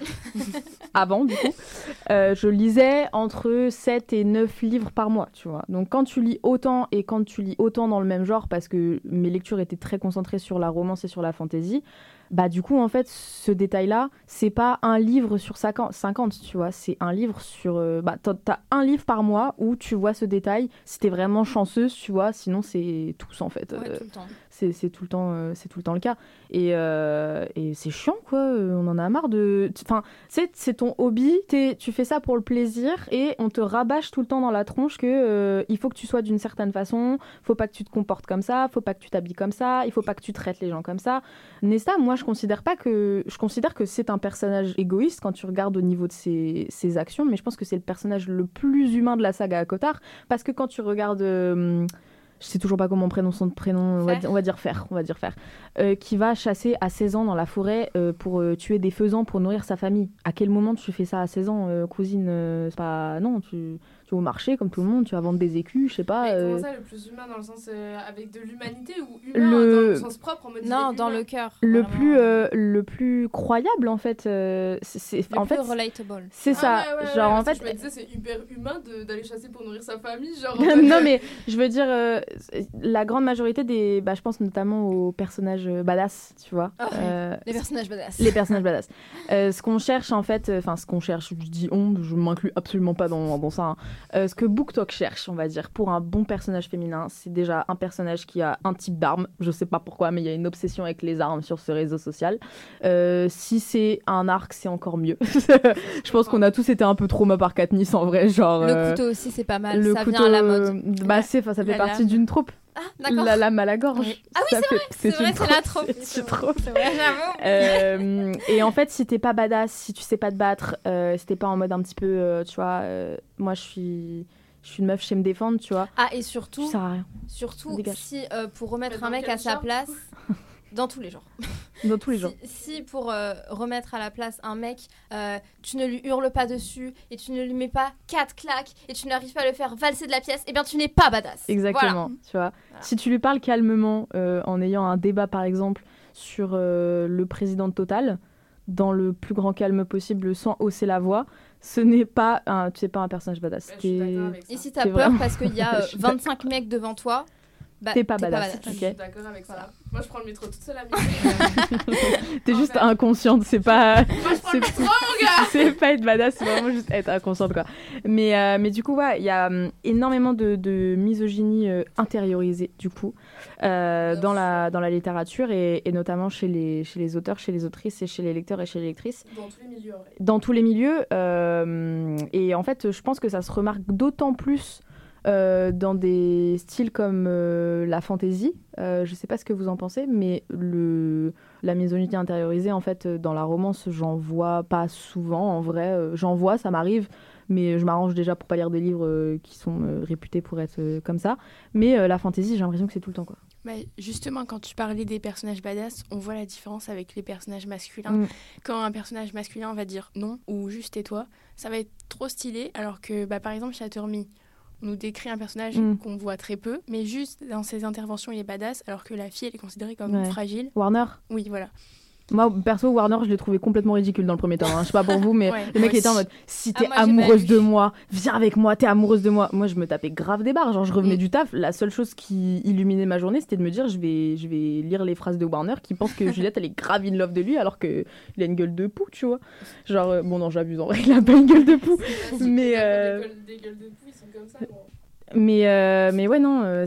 avant du coup, je lisais entre 7 et 9 livres par mois, tu vois. Donc quand tu lis autant et quand tu lis autant dans le même genre, parce que mes lectures étaient très concentrées sur la romance et sur la fantasy, du coup en fait ce détail-là, c'est pas un livre sur 50, tu vois, c'est un livre sur... t'as un livre par mois où tu vois ce détail, si t'es vraiment chanceuse, tu vois, sinon c'est tous en fait. Ouais, tout le temps. C'est tout le temps le cas. Et c'est chiant, quoi. On en a marre de... Enfin, c'est ton hobby, tu fais ça pour le plaisir et on te rabâche tout le temps dans la tronche que il faut que tu sois d'une certaine façon, faut pas que tu te comportes comme ça, faut pas que tu t'habilles comme ça, il faut pas que tu traites les gens comme ça. Nesta, moi, je considère que c'est un personnage égoïste quand tu regardes au niveau de ses actions, mais je pense que c'est le personnage le plus humain de la saga à Cotard, parce que quand tu regardes... je sais toujours pas comment on prononce son prénom, on va dire Fer, qui va chasser à 16 ans dans la forêt pour tuer des faisans pour nourrir sa famille. À quel moment tu fais ça à 16 ans, cousine ? C'est pas... Non, tu vas au marché comme tout le monde, tu vas vendre des écus, je sais pas. Mais comment ça, le plus humain, dans le sens avec de l'humanité ou humain dans le sens propre en mode Non, dans le cœur. Le plus croyable en fait, c'est en fait relatable. C'est ça. Genre en fait, je me disais c'est hyper humain d'aller chasser pour nourrir sa famille, genre. Non mais je veux dire la grande majorité des, je pense notamment aux personnages badass, tu vois. Les personnages badass. Les personnages badass. Ce qu'on cherche en fait, ce qu'on cherche, je dis je m'inclus absolument pas dans ça. Hein. Ce que BookTok cherche, on va dire, pour un bon personnage féminin, c'est déjà un personnage qui a un type d'arme. Je sais pas pourquoi, mais il y a une obsession avec les armes sur ce réseau social. Si c'est un arc, c'est encore mieux. Je pense qu'on a tous été un peu trauma par Katniss en vrai, genre. Le couteau aussi, c'est pas mal. Ça vient à la mode. Ça fait partie d'une troupe. Ah, d'accord. La lame à la gorge. Oui. Ah oui, c'est la troupe. C'est trop. C'est vrai, j'avoue. Et en fait, si t'es pas badass, si tu sais pas te battre, si t'es pas en mode un petit peu, tu vois, moi je suis une meuf, je sais me défendre, tu vois. Ah, et surtout, ça sert à rien. Surtout, Dégage. si pour remettre un mec à sa place, dans tous les genres. Dans tous les genres. Si pour remettre à la place un mec, tu ne lui hurles pas dessus et tu ne lui mets pas 4 claques et tu n'arrives pas à le faire valser de la pièce, eh bien tu n'es pas badass. Exactement, voilà. Tu vois. Voilà. Si tu lui parles calmement, en ayant un débat par exemple sur le président de Total, dans le plus grand calme possible, sans hausser la voix, ce n'est pas un personnage badass. Et si t'as peur parce qu'il y a 25 mecs devant toi, t'es pas badass. Je suis d'accord avec ça. Moi, je prends le métro toute seule à midi. T'es juste inconsciente, c'est pas. Moi, je prends le métro, mon gars. C'est pas être badass, c'est vraiment juste être inconsciente, quoi. Mais du coup, il y a énormément de misogynie intériorisée, du coup, dans la littérature et notamment chez les auteurs, chez les autrices et chez les lecteurs et chez les lectrices. Dans tous les milieux, en vrai. Dans tous les milieux. Et en fait, je pense que ça se remarque d'autant plus. Dans des styles comme la fantasy, je sais pas ce que vous en pensez, mais la misogynie intériorisée, en fait, dans la romance, j'en vois pas souvent, en vrai. J'en vois, ça m'arrive, mais je m'arrange déjà pour pas lire des livres qui sont réputés pour être comme ça. Mais la fantasy, j'ai l'impression que c'est tout le temps, quoi. Justement, quand tu parlais des personnages badass, on voit la différence avec les personnages masculins. Quand un personnage masculin va dire non ou juste tais-toi, ça va être trop stylé, alors que, par exemple, Chattermy, on nous décrit un personnage qu'on voit très peu, mais juste dans ses interventions, il est badass, alors que la fille, elle est considérée comme fragile. Warner ? Oui, voilà. Moi, perso, Warner, je l'ai trouvé complètement ridicule dans le premier temps. Hein. Je sais pas pour vous, mais le mec, il était en mode « Si t'es amoureuse de moi, viens avec moi, t'es amoureuse de moi. » Moi, je me tapais grave des barres. Genre, je revenais du taf. La seule chose qui illuminait ma journée, c'était de me dire « Je vais lire les phrases de Warner qui pense que Juliette, elle est grave in love de lui, alors qu'il a une gueule de poux, tu vois. » Genre, bon, non, j'abuse en vrai, il a pas une gueule de poux. Mais... Des gueules de poux, ils sont comme ça, gros. Mais ouais, non,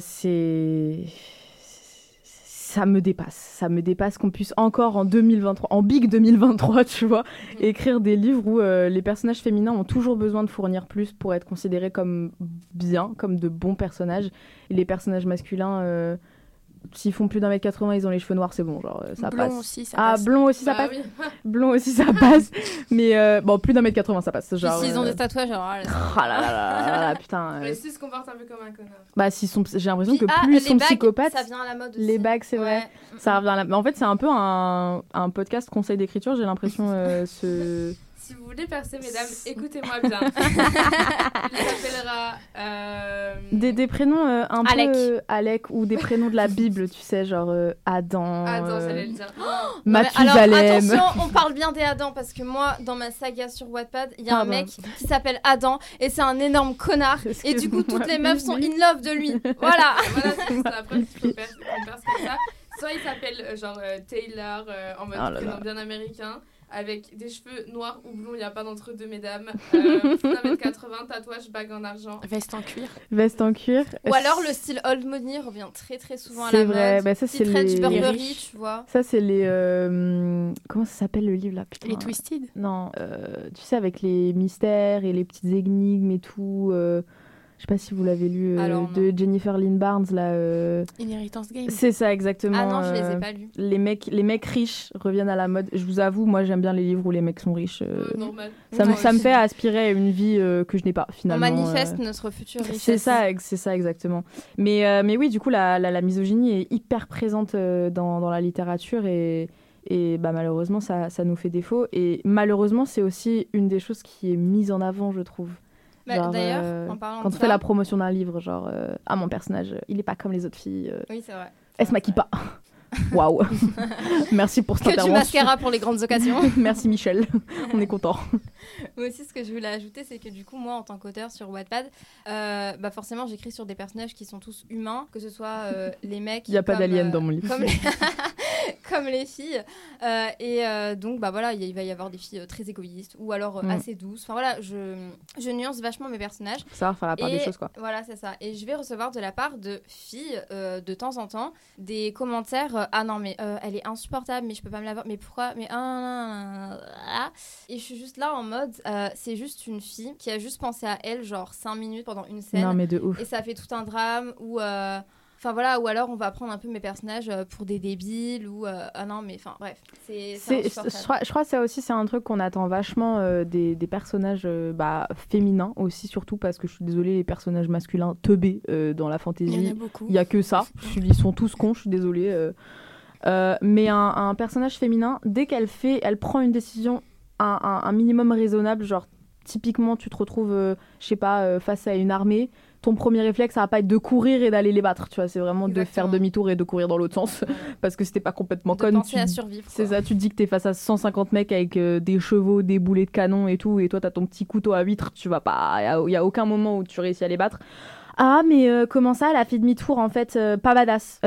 ça me dépasse qu'on puisse encore en 2023, en big 2023, tu vois, écrire des livres où les personnages féminins ont toujours besoin de fournir plus pour être considérés comme bien, comme de bons personnages. Et les personnages masculins, s'ils font plus d'1m80, ils ont les cheveux noirs, c'est bon, genre ça passe. Blond aussi, ça passe. Blond aussi, ça passe. Oui. Blond aussi, ça passe. Mais bon, plus d'1m80, ça passe. Genre, s'ils ont des tatouages, genre. Putain. Mais s'ils se comportent un peu comme un connard. J'ai l'impression que plus ils sont psychopathes. Ça vient à la mode aussi. Les bagues, c'est vrai. Ça revient à la... En fait, c'est un peu un podcast conseil d'écriture, j'ai l'impression. Si vous voulez percer, mesdames, écoutez-moi bien. Il s'appellera... Des prénoms un peu Alec ou des prénoms de la Bible, tu sais, genre Adam. Adam, j'allais le dire. Mathusalem. Alors, attention, on parle bien des Adam, parce que moi, dans ma saga sur Wattpad, il y a un mec qui s'appelle Adam, et c'est un énorme connard, et du coup, toutes les meufs sont in love de lui. Voilà. Voilà, c'est ça. Après, tu peux percer comme ça. Soit il s'appelle genre Taylor, en mode prénom bien américain. Avec des cheveux noirs ou blonds, il n'y a pas d'entre deux, mesdames. Plus d'1m80, tatouage, bague en argent. Veste en cuir. Ou alors le style old money revient très très souvent à la mode. C'est vrai, ça c'est les... Burberry, tu vois. Ça c'est les... comment ça s'appelle le livre là, putain. Les Twisted. Non, tu sais, avec les mystères et les petites énigmes et tout... Je sais pas si vous l'avez lu, de Jennifer Lynn Barnes, là. Inheritance Game. C'est ça, exactement. Ah non, je les ai pas lus. Les mecs riches reviennent à la mode. Je vous avoue, moi, j'aime bien les livres où les mecs sont riches. Normal. Ça me fait aspirer à une vie que je n'ai pas, finalement. On manifeste notre future richesse. C'est ça, exactement. Mais oui, du coup, la misogynie est hyper présente dans la littérature et malheureusement, ça nous fait défaut. Et malheureusement, c'est aussi une des choses qui est mise en avant, je trouve. Genre, D'ailleurs, en parlant quand de on ça... fait la promotion d'un livre, genre, mon personnage, il est pas comme les autres filles. Oui, c'est vrai. Elle se maquille pas. Waouh. Merci pour cette Que du intervention. mascara pour les grandes occasions. Merci Michel, on est content. Moi aussi, ce que je voulais ajouter, c'est que du coup, moi, en tant qu'auteur sur Wattpad, forcément, j'écris sur des personnages qui sont tous humains, que ce soit les mecs... Il n'y a pas d'alien dans mon livre. Comme les filles. Donc, voilà, il va y avoir des filles très égoïstes ou alors assez douces. Enfin, voilà, je nuance vachement mes personnages. Ça va faire la part des choses, quoi. Voilà, c'est ça. Et je vais recevoir de la part de filles, de temps en temps, des commentaires ah non, mais elle est insupportable, mais je peux pas me la voir. Mais pourquoi? Mais Et je suis juste là en mode, c'est juste une fille qui a juste pensé à elle, genre 5 minutes pendant une scène. Non, mais de ouf. Et ça fait tout un drame où... Enfin voilà, ou alors on va prendre un peu mes personnages pour des débiles ou non mais enfin bref, je crois que ça aussi c'est un truc qu'on attend vachement des personnages féminins aussi, surtout parce que je suis désolée, les personnages masculins teubés dans la fantasy, il y en a beaucoup. Il y a que ça, ils sont tous cons, je suis désolée. Mais un personnage féminin, dès elle prend une décision un minimum raisonnable, genre typiquement tu te retrouves je sais pas face à une armée, ton premier réflexe ça va pas être de courir et d'aller les battre, tu vois, c'est vraiment de faire demi-tour et de courir dans l'autre sens parce que c'était pas complètement de con, penser à survivre, c'est ça, tu te dis que t'es face à 150 mecs avec des chevaux, des boulets de canon et tout, et toi t'as ton petit couteau à huître, tu vas pas, y a aucun moment où tu réussis à les battre. Ah mais comment ça elle a fait demi-tour en fait, pas badass,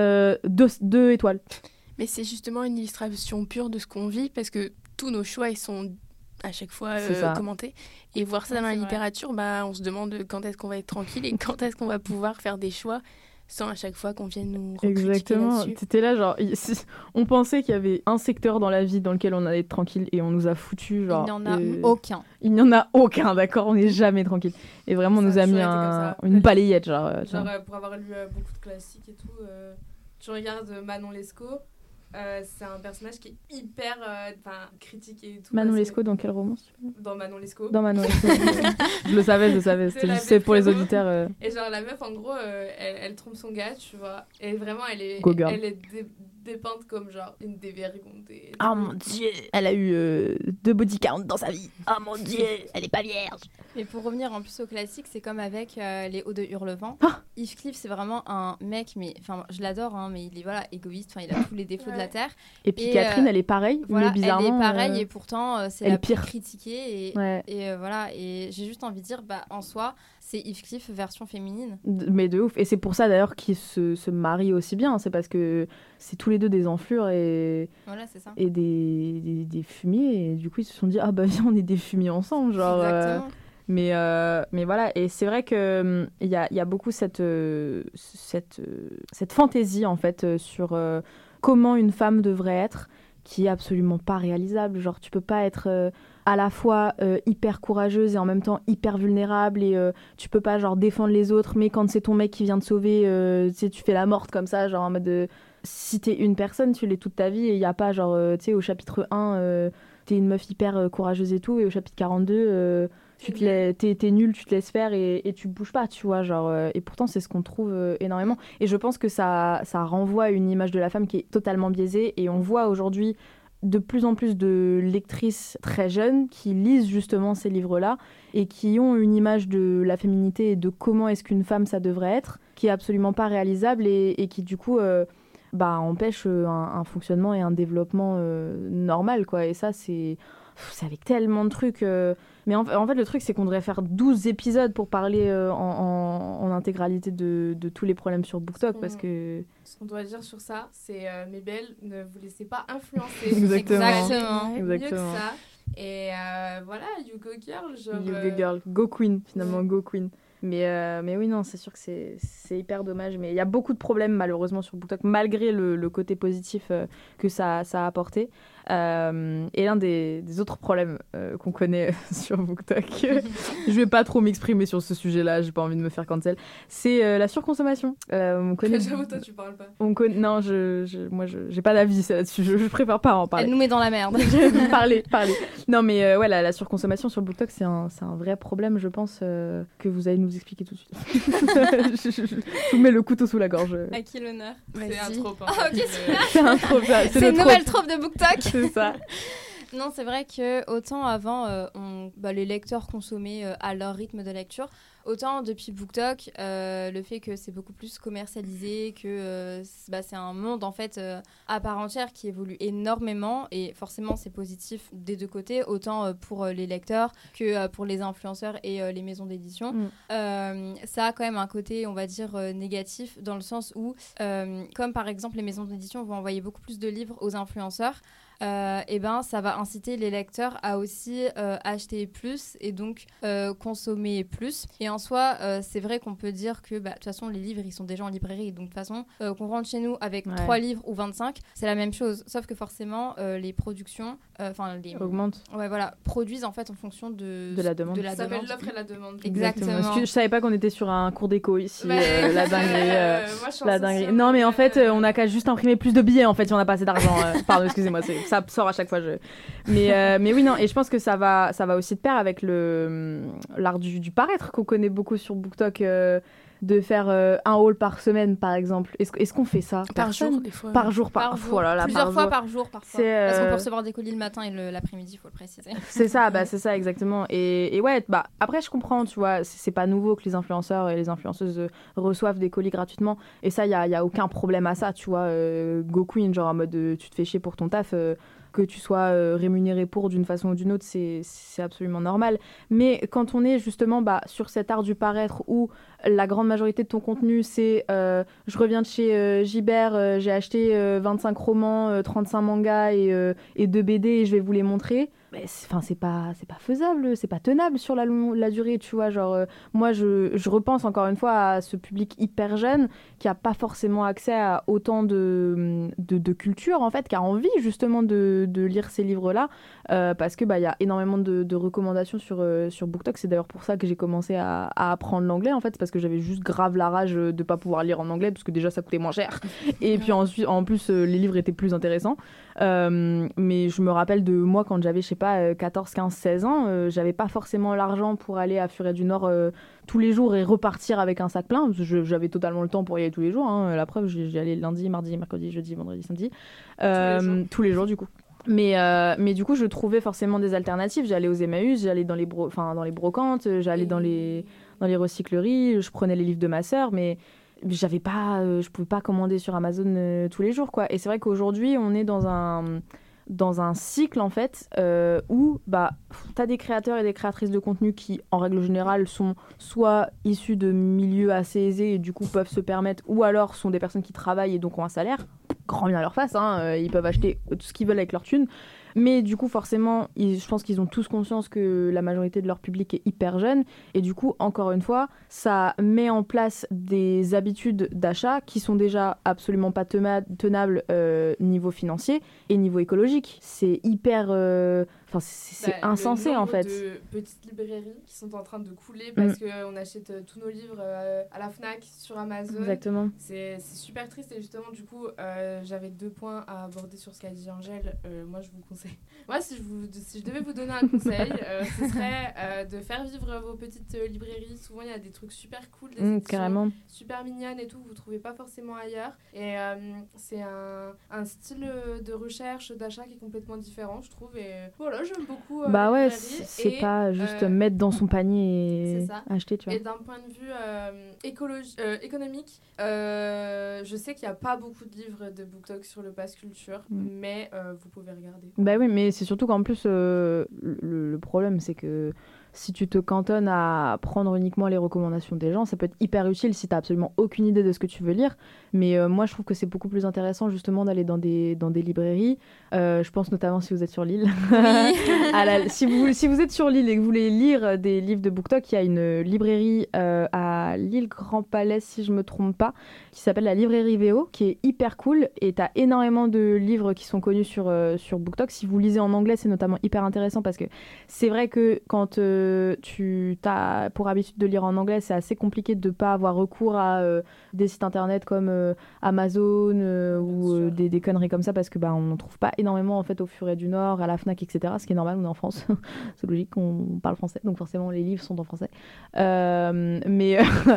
2 étoiles. Mais c'est justement une illustration pure de ce qu'on vit, parce que tous nos choix ils sont à chaque fois commentés, et voir ça dans la littérature, on se demande quand est-ce qu'on va être tranquille et quand est-ce qu'on va pouvoir faire des choix sans à chaque fois qu'on vienne nous recritiquer. Exactement, t'étais là genre on pensait qu'il y avait un secteur dans la vie dans lequel on allait être tranquille et on nous a foutu genre il n'y en a aucun. Il n'y en a aucun, d'accord, on n'est jamais tranquille. Et vraiment on nous a mis une balayette genre pour avoir lu beaucoup de classiques et tout, tu regardes Manon Lescaut. C'est un personnage qui est hyper critiqué et tout. Manon Lescaut, dans quel roman? Dans Manon Lescaut. Dans Manon Lescaut. Je le savais. C'est pour les auditeurs. Et genre la meuf, en gros, elle trompe son gars, tu vois. Et vraiment, elle est dépeinte comme genre une dévergondée. Oh mon dieu, elle a eu 2 body count dans sa vie. Oh mon dieu, elle est pas vierge. Et pour revenir en plus au classique, c'est comme avec les Hauts de Hurlevent. Heathcliff, c'est vraiment un mec, mais enfin je l'adore, mais il est égoïste, il a tous les défauts de la terre. Et puis Catherine, elle est pareille, mais bizarrement. Elle est pareille et pourtant c'est la plus critiquée. Et voilà, et j'ai juste envie de dire, en soi, c'est Heathcliff version féminine. Mais de ouf. Et c'est pour ça d'ailleurs qu'ils se marient aussi bien. C'est parce que c'est tous les deux des enflures et, voilà, c'est ça. Et des fumiers. Et du coup, ils se sont dit, viens, on est des fumiers ensemble. Genre, exactement. Mais voilà. Et c'est vrai qu'il y a beaucoup cette fantaisie, en fait, sur comment une femme devrait être, qui est absolument pas réalisable. Genre, tu peux pas être à la fois hyper courageuse et en même temps hyper vulnérable, et tu peux pas genre défendre les autres, mais quand c'est ton mec qui vient te sauver, tu fais la morte comme ça, genre en mode si t'es une personne, tu l'es toute ta vie, et il y a pas genre tu sais au chapitre 1 t'es une meuf hyper courageuse et tout, et au chapitre 42 t'es nulle, tu te laisses faire et tu bouges pas, tu vois, genre et pourtant c'est ce qu'on trouve énormément, et je pense que ça renvoie à une image de la femme qui est totalement biaisée, et on voit aujourd'hui de plus en plus de lectrices très jeunes qui lisent justement ces livres-là et qui ont une image de la féminité et de comment est-ce qu'une femme ça devrait être, qui est absolument pas réalisable, et qui du coup empêche un fonctionnement et un développement normal, quoi. Et ça c'est avec tellement de trucs mais en fait le truc c'est qu'on devrait faire 12 épisodes pour parler en intégralité de tous les problèmes sur BookTok, parce que ce qu'on doit dire sur ça, c'est mes belles, ne vous laissez pas influencer. Exactement. Mieux que ça. Et voilà, you go girl, genre you go girl, go queen, finalement. Go queen. Mais oui, non, c'est sûr que c'est hyper dommage. Mais il y a beaucoup de problèmes, malheureusement, sur BookTok, malgré le côté positif que ça a apporté. Et l'un des autres problèmes qu'on connaît sur BookTok, je vais pas trop m'exprimer sur ce sujet-là, j'ai pas envie de me faire cancel, c'est la surconsommation. On connaît... J'avoue, toi, tu parles pas. Non, moi, j'ai pas d'avis là-dessus, je préfère pas en parler. Elle nous met dans la merde. Parler. Non, mais ouais, la surconsommation sur BookTok, c'est un vrai problème, je pense, que vous allez nous expliquer tout de suite. Je vous mets le couteau sous la gorge. À qui l'honneur? C'est un trope. Ah, ok, c'est un trope. C'est une nouvelle trope de BookTok. C'est ça. Non, c'est vrai que autant avant, les lecteurs consommaient à leur rythme de lecture, autant depuis BookTok, le fait que c'est beaucoup plus commercialisé, que c'est un monde en fait à part entière qui évolue énormément et forcément c'est positif des deux côtés, autant pour les lecteurs que pour les influenceurs et les maisons d'édition. Ça a quand même un côté, on va dire, négatif dans le sens où, comme par exemple les maisons d'édition vont envoyer beaucoup plus de livres aux influenceurs, ça va inciter les lecteurs à aussi acheter plus et donc consommer plus. Et en soi, c'est vrai qu'on peut dire que de toute façon, les livres, ils sont déjà en librairie. Donc de toute façon, qu'on rentre chez nous avec 3 livres ou 25, c'est la même chose. Sauf que forcément, les productions augmentent. Ouais, voilà, produisent en fait en fonction de la demande. Ça s'appelle l'offre et la demande. Exactement. Parce que je savais pas qu'on était sur un cours d'éco ici. La dinguerie. Moi, je la dinguerie. Non, mais en fait, on a qu'à juste imprimer plus de billets en fait si on n'a pas assez d'argent. Pardon, excusez-moi, ça sort à chaque fois. Mais oui, non, et je pense que ça va aussi de pair avec l'art du paraître qu'on connaît beaucoup sur BookTok, de faire un haul par semaine, par exemple. Est-ce qu'on fait ça? Par jour, des fois. Par jour, oh là là, plusieurs fois par jour, parfois. Parce qu'on peut recevoir des colis le matin et l'après-midi, il faut le préciser. C'est ça, exactement. Et ouais, après, je comprends, tu vois, c'est pas nouveau que les influenceurs et les influenceuses reçoivent des colis gratuitement. Et ça, il y a aucun problème à ça, tu vois. Go Queen, genre en mode tu te fais chier pour ton taf. Que tu sois rémunéré pour d'une façon ou d'une autre, c'est absolument normal. Mais quand on est justement sur cet art du paraître où la grande majorité de ton contenu, c'est je reviens de chez Gibert, j'ai acheté 25 romans, 35 mangas et 2 BD et je vais vous les montrer. Mais c'est pas faisable, c'est pas tenable sur la durée, tu vois. Genre, moi, je repense encore une fois à ce public hyper jeune qui a pas forcément accès à autant de culture, en fait, qui a envie justement de lire ces livres-là, parce que y a énormément de recommandations sur BookTok. C'est d'ailleurs pour ça que j'ai commencé à apprendre l'anglais, en fait, parce que j'avais juste grave la rage de pas pouvoir lire en anglais, parce que déjà, ça coûtait moins cher. Et puis ensuite, en plus, les livres étaient plus intéressants. Mais je me rappelle de moi quand j'avais, je sais pas, 14, 15, 16 ans, j'avais pas forcément l'argent pour aller à Furet du Nord tous les jours et repartir avec un sac plein, parce que j'avais totalement le temps pour y aller tous les jours, hein. La preuve, j'y allais lundi, mardi, mercredi, jeudi, vendredi, samedi, tous les jours du coup. Mais du coup, je trouvais forcément des alternatives. J'allais aux Emmaüs, j'allais dans les brocantes, j'allais dans les recycleries, je prenais les livres de ma sœur, mais je pouvais pas commander sur Amazon tous les jours, quoi. Et c'est vrai qu'aujourd'hui, on est dans un cycle, en fait, où t'as des créateurs et des créatrices de contenu qui, en règle générale, sont soit issus de milieux assez aisés et du coup peuvent se permettre, ou alors sont des personnes qui travaillent et donc ont un salaire. Grand bien à leur face, hein, ils peuvent acheter tout ce qu'ils veulent avec leur thune. Mais du coup, forcément, je pense qu'ils ont tous conscience que la majorité de leur public est hyper jeune. Et du coup, encore une fois, ça met en place des habitudes d'achat qui sont déjà absolument pas tenables niveau financier et niveau écologique. C'est hyper... c'est insensé, en fait. Le nombre de petites librairies qui sont en train de couler parce qu'on achète tous nos livres à la Fnac, sur Amazon. Exactement. C'est super triste. Et justement, du coup, j'avais 2 points à aborder sur ce qu'a dit Angèle. Moi, je vous conseille. Moi, si je devais vous donner un conseil, ce serait de faire vivre vos petites librairies. Souvent, il y a des trucs super cool, des éditions carrément. super mignonnes et tout, que vous ne trouvez pas forcément ailleurs. Et c'est un style de recherche, d'achat qui est complètement différent, je trouve. Et voilà, j'aime beaucoup. C'est pas juste mettre dans son panier et acheter, tu vois. Et d'un point de vue économique, je sais qu'il n'y a pas beaucoup de livres de BookTok sur le Pass Culture, mais vous pouvez regarder. Oui, mais c'est surtout qu'en plus, le problème, c'est que si tu te cantonnes à prendre uniquement les recommandations des gens, ça peut être hyper utile si tu n'as absolument aucune idée de ce que tu veux lire. Mais moi, je trouve que c'est beaucoup plus intéressant justement d'aller dans des librairies. Je pense notamment si vous êtes sur Lille. Oui. Si vous êtes sur Lille et que vous voulez lire des livres de BookTok, il y a une librairie à Lille Grand Palais, si je ne me trompe pas, qui s'appelle la librairie VO, qui est hyper cool. Et tu as énormément de livres qui sont connus sur BookTok. Si vous lisez en anglais, c'est notamment hyper intéressant parce que c'est vrai que quand tu as pour habitude de lire en anglais, c'est assez compliqué de ne pas avoir recours à des sites internet comme Amazon ou des conneries comme ça, parce que on n'en trouve pas énormément en fait au Furet du Nord, à la Fnac, etc. Ce qui est normal, on est en France. C'est logique, on parle français, donc forcément les livres sont en français. Mais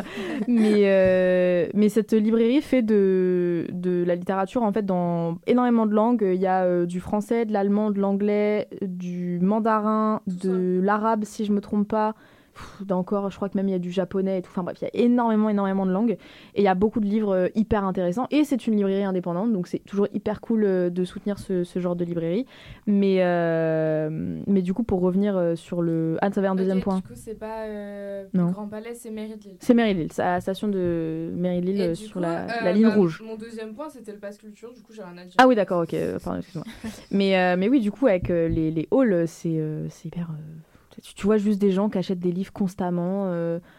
cette librairie fait de la littérature en fait dans énormément de langues. Il y a du français, de l'allemand, de l'anglais, du mandarin, de l'arabe si je me trompe pas. Encore, je crois que même il y a du japonais et tout. Enfin bref, il y a énormément de langues et il y a beaucoup de livres hyper intéressants. Et c'est une librairie indépendante, donc c'est toujours hyper cool de soutenir ce genre de librairie. Mais du coup, pour revenir sur le... Ah, ça avait un deuxième point. Du coup, c'est pas Grand Palais, c'est Mairie de Lille. C'est Mairie de Lille, c'est à la station de Mairie de Lille sur la ligne rouge. Mon deuxième point, c'était le pass culture, du coup, j'ai rien à dire. Ah oui, d'accord, ok, pardon, excuse-moi. mais oui, du coup, avec les halls, c'est hyper... Tu vois juste des gens qui achètent des livres constamment,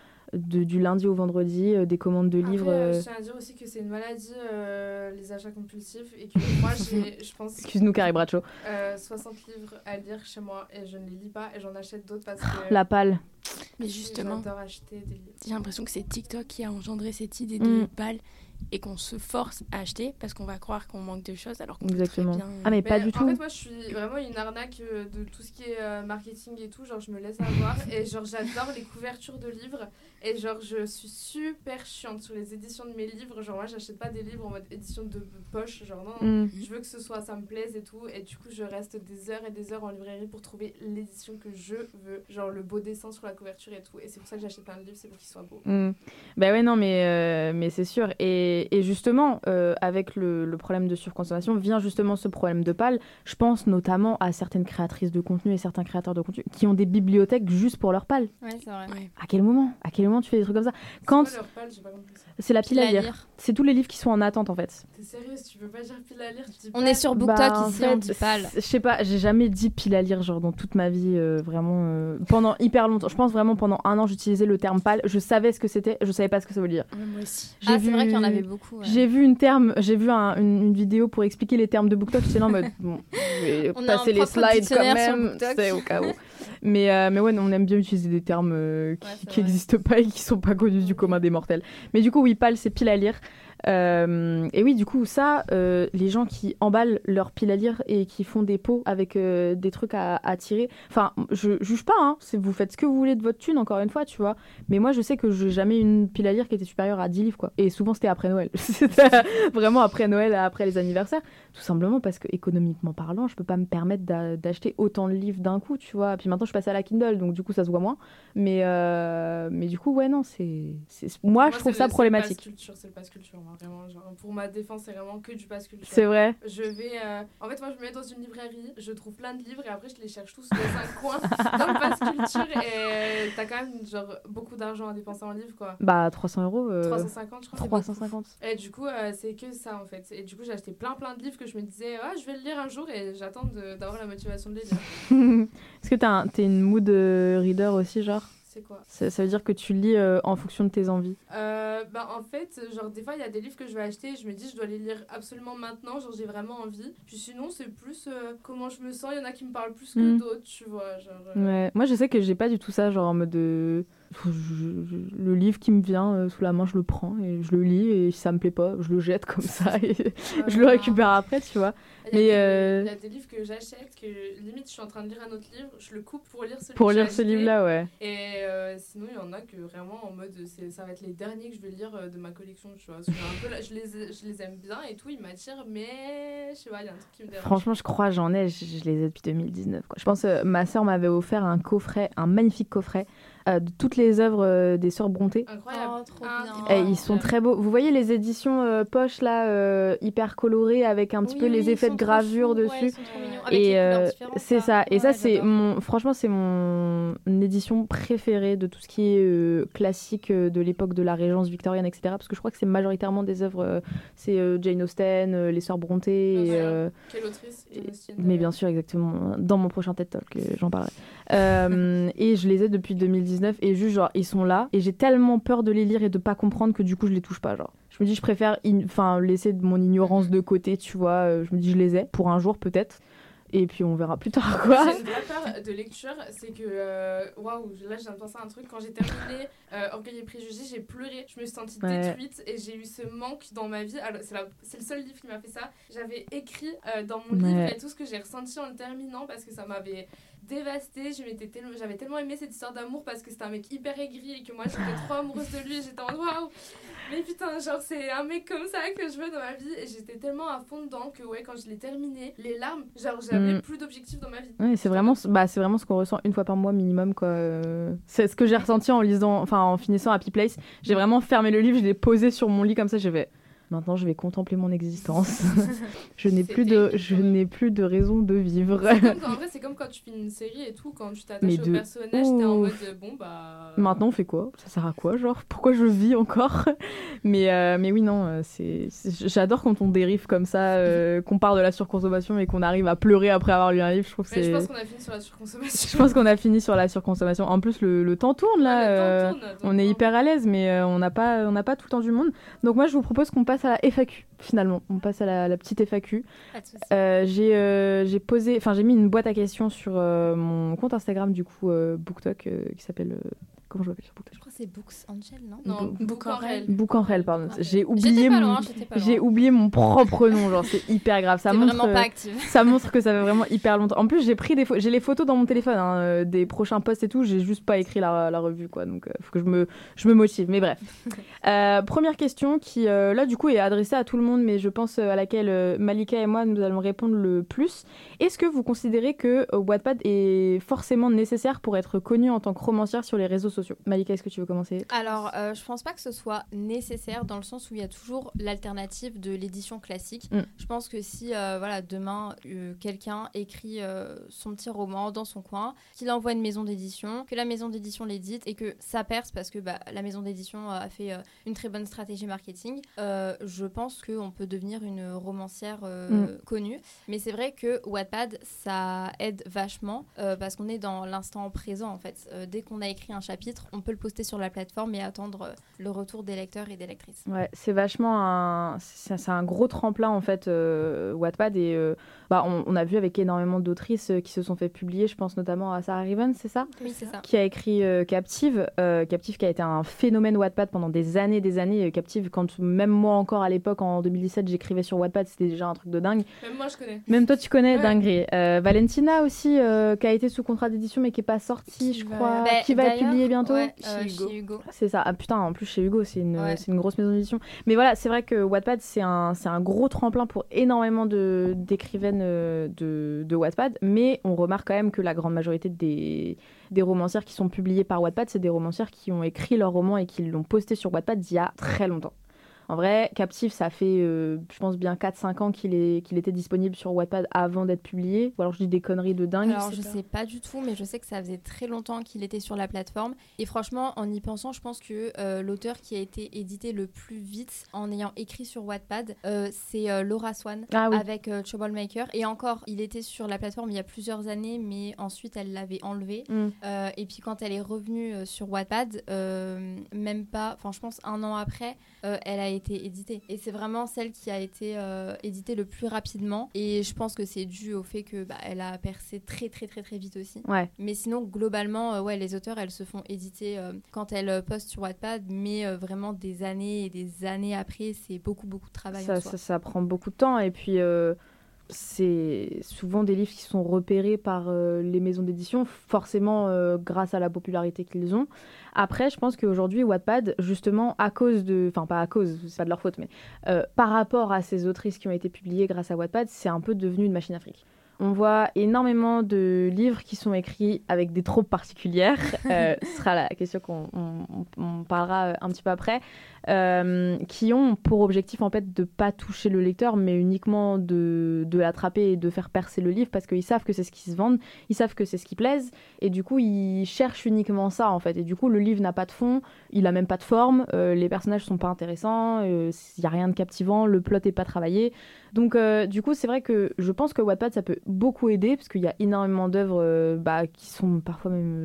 du lundi au vendredi, des commandes de livres. Après, je tiens à dire aussi que c'est une maladie, les achats compulsifs, et que moi, je pense... Excuse-nous, Carrie Bradshaw. 60 livres à lire chez moi, et je ne les lis pas, et j'en achète d'autres parce que... La palle. Mais justement, j'adore acheter des livres. J'ai l'impression que c'est TikTok qui a engendré cette idée de palle et qu'on se force à acheter parce qu'on va croire qu'on manque de choses alors qu'on peut très bien... Ah mais pas du tout. En fait, moi, je suis vraiment une arnaque de tout ce qui est marketing et tout. Genre, je me laisse avoir et genre, j'adore les couvertures de livres. Et genre, je suis super chiante sur les éditions de mes livres. Genre, moi, j'achète pas des livres en mode édition de poche. Genre, non, je veux que ce soit, ça me plaise et tout. Et du coup, je reste des heures et des heures en librairie pour trouver l'édition que je veux. Genre, le beau dessin sur la couverture et tout. Et c'est pour ça que j'achète plein de livres, c'est pour qu'ils soient beaux. Bah ouais, non, mais c'est sûr. Et justement, avec le problème de surconsommation, vient justement ce problème de palle. Je pense notamment à certaines créatrices de contenu et certains créateurs de contenu qui ont des bibliothèques juste pour leur palle. Ouais, c'est vrai. Ouais. À quel moment tu fais des trucs comme ça? C'est quoi leur palle? J'ai pas compris ça. C'est la pile à lire. C'est tous les livres qui sont en attente en fait. T'es sérieuse? Tu peux pas dire pile à lire? Tu dis On est sur BookTok en ici, fait, on dit palle. Je sais pas, j'ai jamais dit pile à lire genre dans toute ma vie, vraiment pendant hyper longtemps. Je pense vraiment pendant un an j'utilisais le terme palle. Je savais ce que c'était, je savais pas ce que ça voulait dire. Ouais, moi aussi. C'est vrai qu'il y en avait beaucoup. Ouais. J'ai vu une vidéo pour expliquer les termes de BookTok. J'étais là en mode bon, je vais passer les slides quand même, c'est au cas où. Mais ouais, on aime bien utiliser des termes qui n'existent pas et qui sont pas connus du commun des mortels. Mais du coup, oui, pile, c'est pile à lire. Et oui, du coup, ça, les gens qui emballent leur pile à lire et qui font des pots avec des trucs à tirer. Enfin, je juge pas, hein. Vous faites ce que vous voulez de votre thune, encore une fois, tu vois. Mais moi, je sais que j'ai jamais eu une pile à lire qui était supérieure à 10 livres, quoi. Et souvent, c'était après Noël. C'était vraiment après Noël, après les anniversaires. Tout simplement parce que, économiquement parlant, je peux pas me permettre d'acheter autant de livres d'un coup, tu vois. Puis maintenant, je passe à la Kindle, donc du coup, ça se voit moins. Mais du coup, ouais, non, moi, je trouve ça problématique. C'est le pass culture, moi, vraiment. Genre, pour ma défense, c'est vraiment que du pass culture. C'est vrai. Je vais... En fait, moi, je me mets dans une librairie, je trouve plein de livres et après, je les cherche tous dans un coin dans le pass culture et t'as quand même genre beaucoup d'argent à dépenser en livres, quoi. Bah, 300 €. 350, je crois. 350. Et du coup, c'est que ça, en fait. Et du coup, j'ai acheté plein de livres que je me disais, je vais le lire un jour et j'attends d'avoir la motivation de les lire. Est-ce que t'es une mood reader aussi, genre? C'est quoi? Ça veut dire que tu lis en fonction de tes envies. En fait, genre des fois il y a des livres que je vais acheter et je me dis je dois les lire absolument maintenant, genre j'ai vraiment envie. Puis sinon c'est plus comment je me sens, il y en a qui me parlent plus que d'autres, tu vois. Genre, Ouais, moi je sais que j'ai pas du tout ça, genre en mode le livre qui me vient sous la main, je le prends et je le lis et si ça me plaît pas, je le jette comme ça et je le récupère après, tu vois. Il y a des livres que j'achète que limite je suis en train de lire un autre livre, je le coupe pour lire ce livre-là, ouais. Et sinon il y en a que vraiment en mode ça va être les derniers que je vais lire de ma collection, tu vois. Je les aime bien et tout, ils m'attirent, mais je sais pas, il y a un truc qui me dérange. Franchement, je crois j'en ai, je les ai depuis 2019, quoi. Je pense ma sœur m'avait offert un magnifique coffret de toutes les œuvres des sœurs Brontë. Incroyable. Trop bien. Et ils sont très beaux. Vous voyez les éditions poche là, hyper colorées avec un petit peu les effets de gravure dessus. Et c'est ça. Et ça, c'est franchement, c'est mon édition préférée de tout ce qui est classique de l'époque de la Régence victorienne, etc. Parce que je crois que c'est majoritairement des œuvres. C'est Jane Austen, les sœurs Brontë. Quelle autrice? Mais bien sûr, exactement. Dans mon prochain TED Talk, j'en parlerai. Et je les ai depuis 2019 et juste genre ils sont là et j'ai tellement peur de les lire et de pas comprendre que du coup je les touche pas, genre. Je me dis je préfère laisser mon ignorance de côté, tu vois. Je me dis je les ai pour un jour peut-être. et puis on verra plus tard, quoi. J'ai une vraie peur de lecture, c'est que, waouh, là je viens de penser à un truc, quand j'ai terminé Orgueil et Préjugés, j'ai pleuré, je me suis sentie détruite et j'ai eu ce manque dans ma vie. Alors, c'est le seul livre qui m'a fait ça. J'avais écrit dans mon livre et tout ce que j'ai ressenti en le terminant parce que ça m'avait dévastée. J'avais tellement aimé cette histoire d'amour parce que c'était un mec hyper aigri et que moi j'étais trop amoureuse de lui et j'étais en mode waouh, mais putain, genre c'est un mec comme ça que je veux dans ma vie. Et j'étais tellement à fond dedans que ouais, quand je l'ai terminé, les larmes, genre j'avais plus d'objectifs dans ma vie. Oui, c'est vraiment ce qu'on ressent une fois par mois minimum, quoi. C'est ce que j'ai ressenti en finissant Happy Place. J'ai vraiment fermé le livre, je l'ai posé sur mon lit comme ça, j'ai fait maintenant je vais contempler mon existence. je n'ai plus de raison de vivre. C'est comme quand tu finis une série et tout, quand tu t'attaches au personnage, t'es en mode bon bah. Maintenant on fait quoi ? Ça sert à quoi, genre ? Pourquoi je vis encore ? mais oui, non, j'adore quand on dérive comme ça, qu'on part de la surconsommation et qu'on arrive à pleurer après avoir lu un livre. Je pense qu'on a fini sur la surconsommation. Je pense qu'on a fini sur la surconsommation. En plus, le temps tourne là. On est hyper à l'aise, mais on n'a pas tout le temps du monde. Donc moi, je vous propose qu'on passe à la FAQ. Finalement, on passe à la petite FAQ. J'ai mis une boîte à questions sur mon compte Instagram du coup, BookTok, qui s'appelle comment je m'appelle sur BookTok ? Je crois que c'est Books Angel, non ? Non, Book en réel. Book en réel, pardon. J'ai oublié J'étais oublié mon propre nom, genre c'est hyper grave. Ça montre vraiment pas active. Ça montre que ça fait vraiment hyper longtemps. En plus, j'ai les photos dans mon téléphone des prochains posts et tout, j'ai juste pas écrit la revue, quoi. Donc faut que je me motive, mais bref. Première question qui là du coup est adressée à tout le monde, mais je pense à laquelle Malika et moi nous allons répondre le plus. Est-ce que vous considérez que Wattpad est forcément nécessaire pour être connu en tant que romancière sur les réseaux sociaux ? Malika, est-ce que tu veux commencer ? Alors, je pense pas que ce soit nécessaire dans le sens où il y a toujours l'alternative de l'édition classique. Je pense que si demain quelqu'un écrit son petit roman dans son coin, qu'il envoie une maison d'édition, que la maison d'édition l'édite et que ça perce parce que la maison d'édition a fait une très bonne stratégie marketing, je pense qu'on peut devenir une romancière connue. Mais c'est vrai que Wattpad, ça aide vachement parce qu'on est dans l'instant présent en fait. Dès qu'on a écrit un chapitre, on peut le poster sur la plateforme et attendre le retour des lecteurs et des lectrices. Ouais, c'est vachement c'est un gros tremplin en fait, Wattpad, et on a vu avec énormément d'autrices qui se sont fait publier, je pense notamment à Sarah Riven, c'est ça ? Oui, c'est ça. Qui a écrit Captive qui a été un phénomène Wattpad pendant des années. Captive, quand même moi encore à l'époque en 2017 j'écrivais sur Wattpad, c'était déjà un truc de dingue. Même moi je connais. Même toi tu connais, ouais. Dinguerie. Valentina aussi, qui a été sous contrat d'édition mais qui est pas sortie, je crois, qui va être publiée bientôt. Ouais, chez Hugo. C'est ça. Ah putain, en plus chez Hugo, c'est une grosse maison d'édition. Mais voilà, c'est vrai que Wattpad, c'est un gros tremplin pour énormément d'écrivaines de Wattpad, mais on remarque quand même que la grande majorité des romancières qui sont publiées par Wattpad, c'est des romancières qui ont écrit leur roman et qui l'ont posté sur Wattpad il y a très longtemps. En vrai, Captive, ça fait, je pense, bien 4-5 ans qu'il était disponible sur Wattpad avant d'être publié. Ou alors je dis des conneries de dingue. Alors je sais pas du tout, mais je sais que ça faisait très longtemps qu'il était sur la plateforme. Et franchement, en y pensant, je pense que l'auteur qui a été édité le plus vite en ayant écrit sur Wattpad, c'est Laura Swan avec Troublemaker. Et encore, il était sur la plateforme il y a plusieurs années, mais ensuite elle l'avait enlevé. Et puis quand elle est revenue sur Wattpad, même pas, je pense 1 an après, elle a été éditée. Et c'est vraiment celle qui a été éditée le plus rapidement. Et je pense que c'est dû au fait que elle a percé très très très très vite aussi. Ouais. Mais sinon, globalement, les auteurs, elles se font éditer quand elles postent sur Wattpad, mais vraiment des années et des années après, c'est beaucoup beaucoup de travail. Ça prend beaucoup de temps. Et puis c'est souvent des livres qui sont repérés par les maisons d'édition, forcément grâce à la popularité qu'ils ont. Après, je pense qu'aujourd'hui, Wattpad, justement, à cause de... Enfin, pas à cause, c'est pas de leur faute, mais par rapport à ces autrices qui ont été publiées grâce à Wattpad, c'est un peu devenu une machine à fric. On voit énormément de livres qui sont écrits avec des tropes particulières. Ce sera la question qu'on parlera un petit peu après. Qui ont pour objectif en fait de pas toucher le lecteur, mais uniquement de l'attraper et de faire percer le livre, parce qu'ils savent que c'est ce qui se vend, ils savent que c'est ce qui plaise, et du coup ils cherchent uniquement ça en fait. Et du coup le livre n'a pas de fond, il a même pas de forme, les personnages sont pas intéressants, il y a rien de captivant, le plot est pas travaillé. Donc du coup c'est vrai que je pense que Wattpad ça peut beaucoup aider, parce qu'il y a énormément d'œuvres qui sont parfois même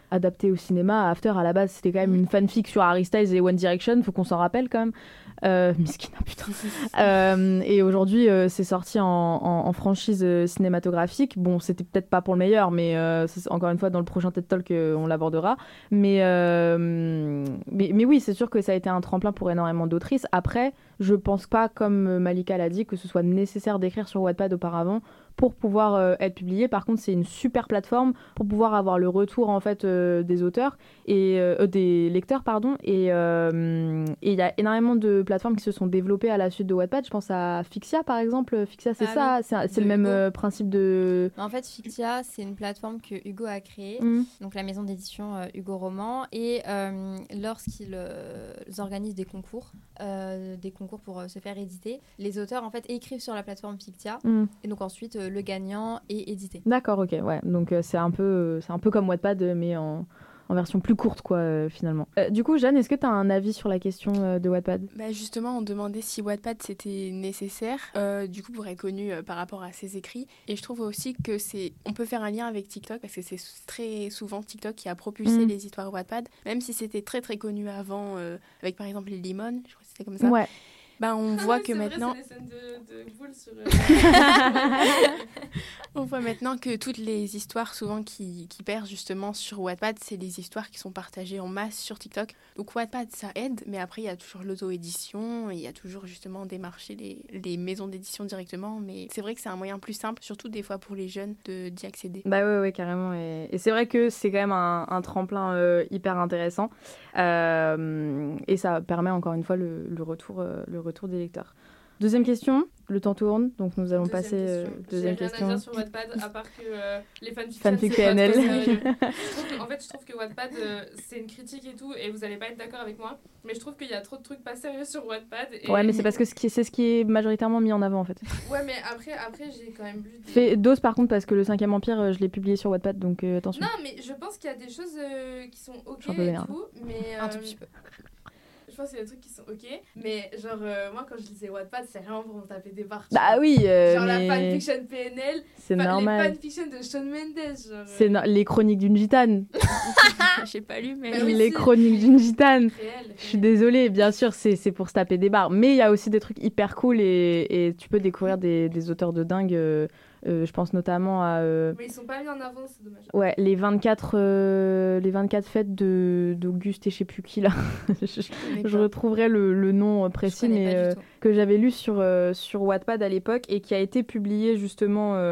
adapté au cinéma. After, à la base, c'était quand même une fanfic sur Harry Styles et One Direction, faut qu'on s'en rappelle quand même. Miskina, putain. Et aujourd'hui, c'est sorti en franchise cinématographique. Bon, c'était peut-être pas pour le meilleur, mais encore une fois, dans le prochain TED Talk, on l'abordera. Mais oui, c'est sûr que ça a été un tremplin pour énormément d'autrices. Après, je pense pas, comme Malika l'a dit, que ce soit nécessaire d'écrire sur Wattpad auparavant pour pouvoir être publié. Par contre, c'est une super plateforme pour pouvoir avoir le retour en fait des auteurs et des lecteurs, pardon. Et il y a énormément de plateformes qui se sont développées à la suite de Wattpad. Je pense à Fixia par exemple. Fixia, c'est ça, oui. C'est le même principe de. En fait, Fixia, c'est une plateforme que Hugo a créée, donc la maison d'édition Hugo Roman, et lorsqu'ils organisent des concours pour se faire éditer, les auteurs en fait écrivent sur la plateforme Fixia, et donc ensuite le gagnant est édité. D'accord, ok, ouais. Donc c'est un peu comme Wattpad, mais en version plus courte, quoi, finalement. Du coup, Jeanne, est-ce que tu as un avis sur la question de Wattpad ? Justement, on demandait si Wattpad c'était nécessaire, du coup, pour être connu par rapport à ses écrits. Et je trouve aussi que on peut faire un lien avec TikTok, parce que c'est très souvent TikTok qui a propulsé les histoires Wattpad, même si c'était très très connu avant, avec par exemple les Limon, je crois que c'était comme ça. Ouais. On voit que maintenant... C'est vrai, c'est les scènes de boules sur... On voit maintenant que toutes les histoires souvent qui percent justement sur Wattpad, c'est les histoires qui sont partagées en masse sur TikTok. Donc Wattpad, ça aide, mais après il y a toujours l'auto-édition, il y a toujours justement démarcher les maisons d'édition directement. Mais c'est vrai que c'est un moyen plus simple, surtout des fois pour les jeunes, d'y accéder. Bah ouais, carrément. Et c'est vrai que c'est quand même un tremplin hyper intéressant. Et ça permet encore une fois le retour des lecteurs. Deuxième question, le temps tourne, donc nous allons passer deuxième question. J'ai rien à dire sur Wattpad, à part que les fanfic PNL. En fait, je trouve que Wattpad, c'est une critique et tout, et vous allez pas être d'accord avec moi, mais je trouve qu'il y a trop de trucs pas sérieux sur Wattpad. Ouais, mais c'est parce que c'est ce qui est majoritairement mis en avant, en fait. Ouais, mais après j'ai quand même lu Dose, par contre, parce que le 5e Empire, je l'ai publié sur Wattpad, donc attention. Non, mais je pense qu'il y a des choses qui sont ok et tout, mais... un tout petit peu. Je pense qu'il y a des trucs qui sont ok, mais genre moi quand je lisais Wattpad, c'est vraiment pour me taper des barres. Bah oui, genre mais... la fanfiction PNL, c'est normal. Les fanfictions de Shawn Mendes, genre... C'est les chroniques d'une gitane. J'ai pas lu, mais... Bah oui, les chroniques d'une gitane. Réel. Je suis désolée, bien sûr, c'est pour se taper des barres. Mais il y a aussi des trucs hyper cool et tu peux découvrir des auteurs de dingue. Je pense notamment à... Mais ils sont pas mis en avant, c'est dommage. Ouais, les 24 fêtes d'Auguste et je sais plus qui, là. je retrouverai le nom précis, mais que j'avais lu sur Wattpad à l'époque et qui a été publié justement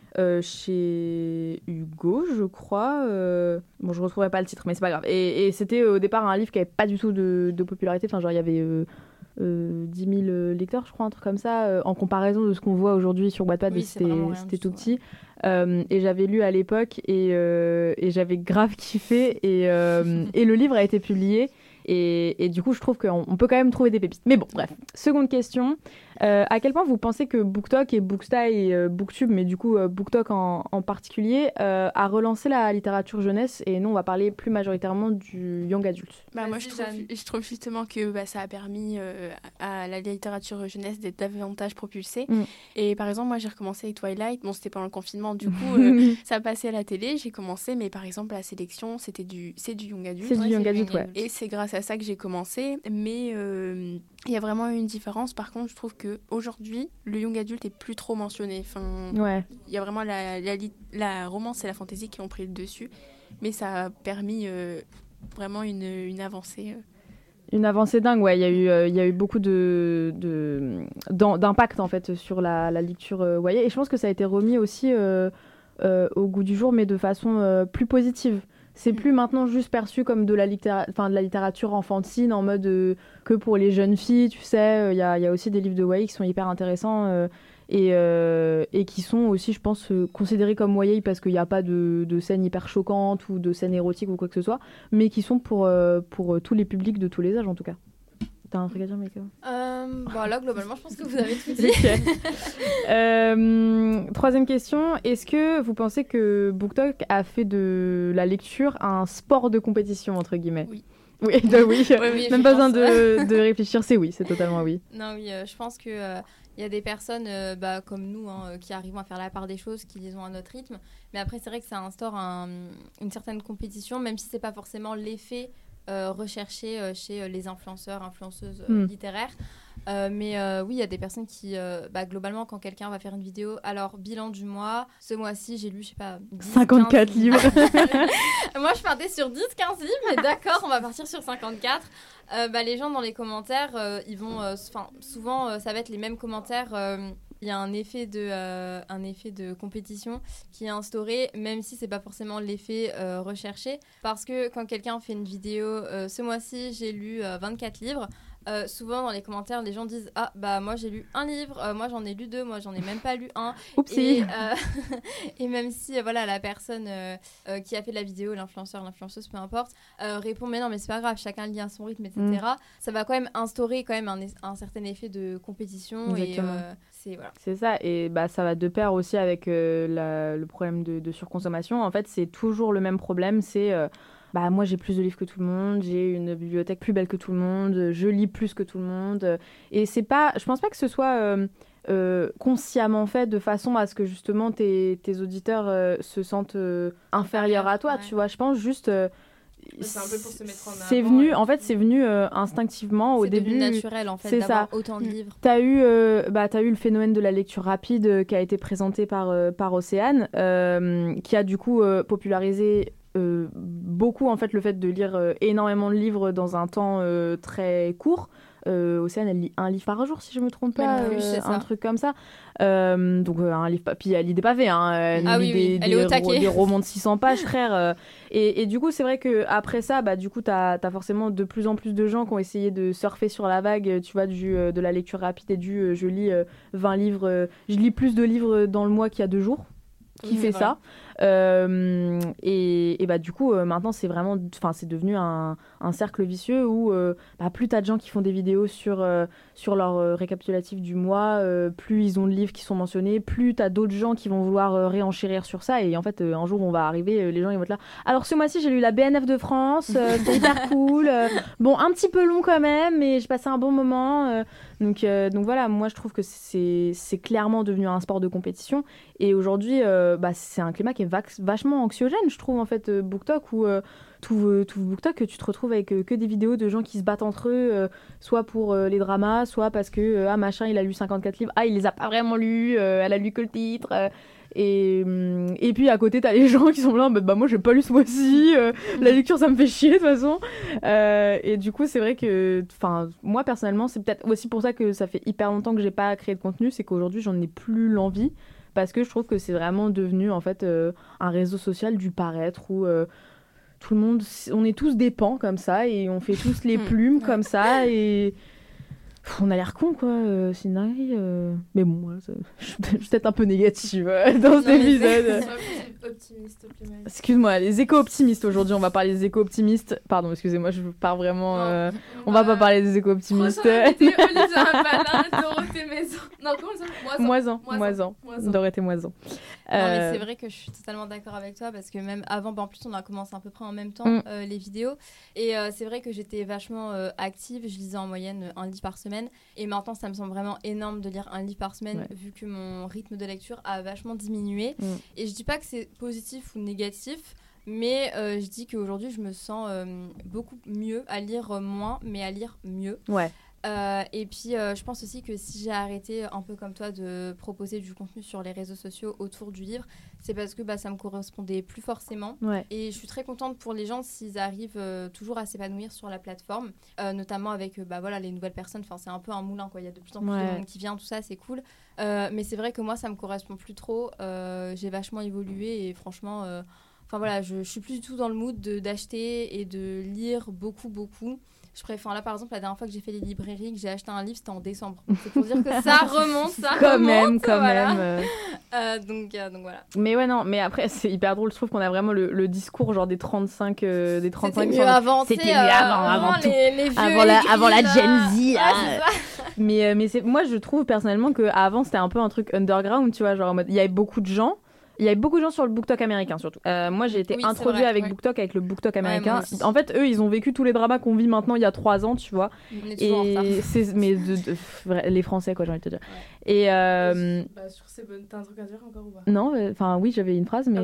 chez Hugo, je crois. Bon, je retrouverai pas le titre, mais c'est pas grave. Et c'était au départ un livre qui avait pas du tout de popularité. Enfin, genre, il y avait 10 000 lecteurs, je crois, un truc comme ça. En comparaison de ce qu'on voit aujourd'hui sur Wattpad, c'était tout petit. Et j'avais lu à l'époque et j'avais grave kiffé. Et le livre a été publié. Et du coup, je trouve qu'on peut quand même trouver des pépites. Mais bon, bref. Seconde question. À quel point vous pensez que BookTok et Booksta et Booktube, mais du coup BookTok en particulier, a relancé la littérature jeunesse, et nous on va parler plus majoritairement du young adult. Moi je trouve justement que ça a permis à la littérature jeunesse d'être davantage propulsée. Et par exemple, moi j'ai recommencé avec Twilight. Bon, c'était pendant le confinement, du coup ça passait à la télé, j'ai commencé, mais par exemple la sélection c'est du young adult. C'est du young adult, ouais. Et c'est grâce à ça que j'ai commencé, mais il y a vraiment une différence. Par contre, je trouve qu'aujourd'hui, le young adulte est plus trop mentionné. Enfin, ouais. Il y a vraiment la romance et la fantasy qui ont pris le dessus, mais ça a permis vraiment une avancée. Une avancée dingue, ouais. Il y a eu beaucoup d'impact en fait sur la lecture YA, et je pense que ça a été remis aussi au goût du jour, mais de façon plus positive. C'est plus maintenant juste perçu comme de la littérature enfantine, en mode que pour les jeunes filles, tu sais. Il y a aussi des livres de YA qui sont hyper intéressants et qui sont aussi, je pense, considérés comme YA parce qu'il n'y a pas de scènes hyper choquantes ou de scènes érotiques ou quoi que ce soit, mais qui sont pour tous les publics de tous les âges en tout cas. T'as un truc à dire, Mika ? Là, globalement, je pense que vous avez tout dit. Troisième question. Est-ce que vous pensez que BookTok a fait de la lecture un sport de compétition, entre guillemets ? Oui. Oui, oui. Oui, Même je pas besoin pense. de réfléchir, c'est oui, c'est totalement oui. Non, oui, je pense que il y a des personnes comme nous qui arrivent à faire la part des choses, qui les ont à notre rythme. Mais après, c'est vrai que ça instaure une certaine compétition, même si c'est pas forcément l'effet recherché chez les influenceurs, influenceuses littéraires. Mais oui, il y a des personnes qui, globalement, quand quelqu'un va faire une vidéo, alors bilan du mois, ce mois-ci, j'ai lu, je sais pas, 10, 54 15 livres. Moi, je partais sur 10-15 livres, mais d'accord, on va partir sur 54. Les gens dans les commentaires, ils vont, souvent, ça va être les mêmes commentaires. Il y a un effet de compétition qui est instauré, même si c'est pas forcément l'effet recherché. Parce que quand quelqu'un fait une vidéo, ce mois-ci, j'ai lu 24 livres. Souvent dans les commentaires les gens disent moi j'ai lu un livre, moi j'en ai lu 2, moi j'en ai même pas lu un. Oupsie. Et même si la personne qui a fait la vidéo, l'influenceur, l'influenceuse, peu importe, répond mais non mais c'est pas grave, chacun lit à son rythme, etc. Ça va quand même instaurer quand même un certain effet de compétition. Exactement. Et c'est ça, et ça va de pair aussi avec le problème de surconsommation. En fait c'est toujours le même problème, c'est moi j'ai plus de livres que tout le monde, j'ai une bibliothèque plus belle que tout le monde, je lis plus que tout le monde. Et je pense pas que ce soit consciemment fait de façon à ce que justement tes auditeurs se sentent inférieurs à toi, tu vois. Je pense juste... c'est un peu pour se mettre en avant. C'est venu instinctivement au début. C'est devenu naturel en fait c'est d'avoir ça. autant de livres. T'as eu le phénomène de la lecture rapide qui a été présenté par Océane, qui a du coup popularisé beaucoup en fait le fait de lire énormément de livres dans un temps très court. Océane, elle lit un livre par jour si je me trompe pas, même plus, un truc comme ça. Donc un livre, puis elle lit des pavés, elle lit elle est au taquet. des romans de 600 pages, frère. Et du coup, c'est vrai que après ça, du coup, t'as forcément de plus en plus de gens qui ont essayé de surfer sur la vague, tu vois, de la lecture rapide et je lis 20 livres, je lis plus de livres dans le mois qu'il y a 2 jours. Qui fait ça. Et du coup, maintenant, c'est vraiment... c'est devenu un cercle vicieux où plus t'as de gens qui font des vidéos sur leur récapitulatif du mois, plus ils ont de livres qui sont mentionnés, plus t'as d'autres gens qui vont vouloir réenchérir sur ça. Et en fait, un jour, on va arriver, les gens, ils vont être là. Alors, ce mois-ci, j'ai lu la BNF de France, c'était hyper cool. Bon, un petit peu long quand même, mais j'ai passé un bon moment. Donc voilà, moi, je trouve que c'est clairement devenu un sport de compétition. Et aujourd'hui, c'est un climat qui est vachement anxiogène, je trouve, en fait, BookTok, où tout BookTok, tu te retrouves avec que des vidéos de gens qui se battent entre eux, soit pour les dramas, soit parce que, machin, il a lu 54 livres, il les a pas vraiment lus, elle a lu que le titre. Et puis à côté t'as les gens qui sont là moi j'ai pas lu ce mois-ci, la lecture ça me fait chier de toute façon, et du coup c'est vrai que moi personnellement c'est peut-être aussi pour ça que ça fait hyper longtemps que j'ai pas créé de contenu, c'est qu'aujourd'hui j'en ai plus l'envie parce que je trouve que c'est vraiment devenu en fait un réseau social du paraître où tout le monde, on est tous des pans comme ça et on fait tous les plumes comme ça et on a l'air con, quoi, c'est une dinguerie. Mais bon, moi, je suis peut-être un peu négative dans cet épisode. Sois optimiste, optimiste. Excuse-moi, les éco-optimistes aujourd'hui, on va parler des éco-optimistes. Pardon, excusez-moi, je pars vraiment... on va pas parler des éco-optimistes. Olivia Balin, Dorothée Maison. Non, comment ça Moisan. Dorothée Moisan. Non, mais c'est vrai que je suis totalement d'accord avec toi parce que même avant, en plus, on a commencé à peu près en même temps les vidéos. Et c'est vrai que j'étais vachement active. Je lisais en moyenne un livre par semaine. Et maintenant, ça me semble vraiment énorme de lire un livre par semaine vu que mon rythme de lecture a vachement diminué. Et je dis pas que c'est positif ou négatif, mais je dis qu'aujourd'hui, je me sens beaucoup mieux à lire moins, mais à lire mieux. Ouais. Et puis je pense aussi que si j'ai arrêté un peu comme toi de proposer du contenu sur les réseaux sociaux autour du livre, c'est parce que ça me correspondait plus forcément. Et je suis très contente pour les gens s'ils arrivent toujours à s'épanouir sur la plateforme, notamment avec les nouvelles personnes. Enfin, c'est un peu un moulin, quoi. Il y a de plus en plus de monde qui vient, tout ça, c'est cool. Mais c'est vrai que moi ça me correspond plus trop. J'ai vachement évolué et franchement je suis plus du tout dans le mood d'acheter et de lire beaucoup. Je préfère, là par exemple, la dernière fois que j'ai fait les librairies, que j'ai acheté un livre, c'était en décembre. C'est pour dire que ça remonte, quand même. Donc voilà. Mais ouais, non, mais après, c'est hyper drôle. Je trouve qu'on a vraiment le discours genre des 35 C'était mieux avant, c'était mieux avant tout. Les vieux avant la Gen Z. Ouais, mais moi, je trouve personnellement qu'avant, c'était un peu un truc underground, tu vois. Genre, en mode, il y avait beaucoup de gens. Il y avait beaucoup de gens sur le BookTok américain surtout. Moi j'ai été introduite avec BookTok, avec le BookTok américain. En fait eux ils ont vécu tous les dramas qu'on vit maintenant il y a 3 ans, tu vois. On est toujours en retard. Mais les Français quoi, j'ai envie de te dire. Et sur ces bonnes, t'as un truc à dire encore ou pas? Non, enfin oui j'avais une phrase mais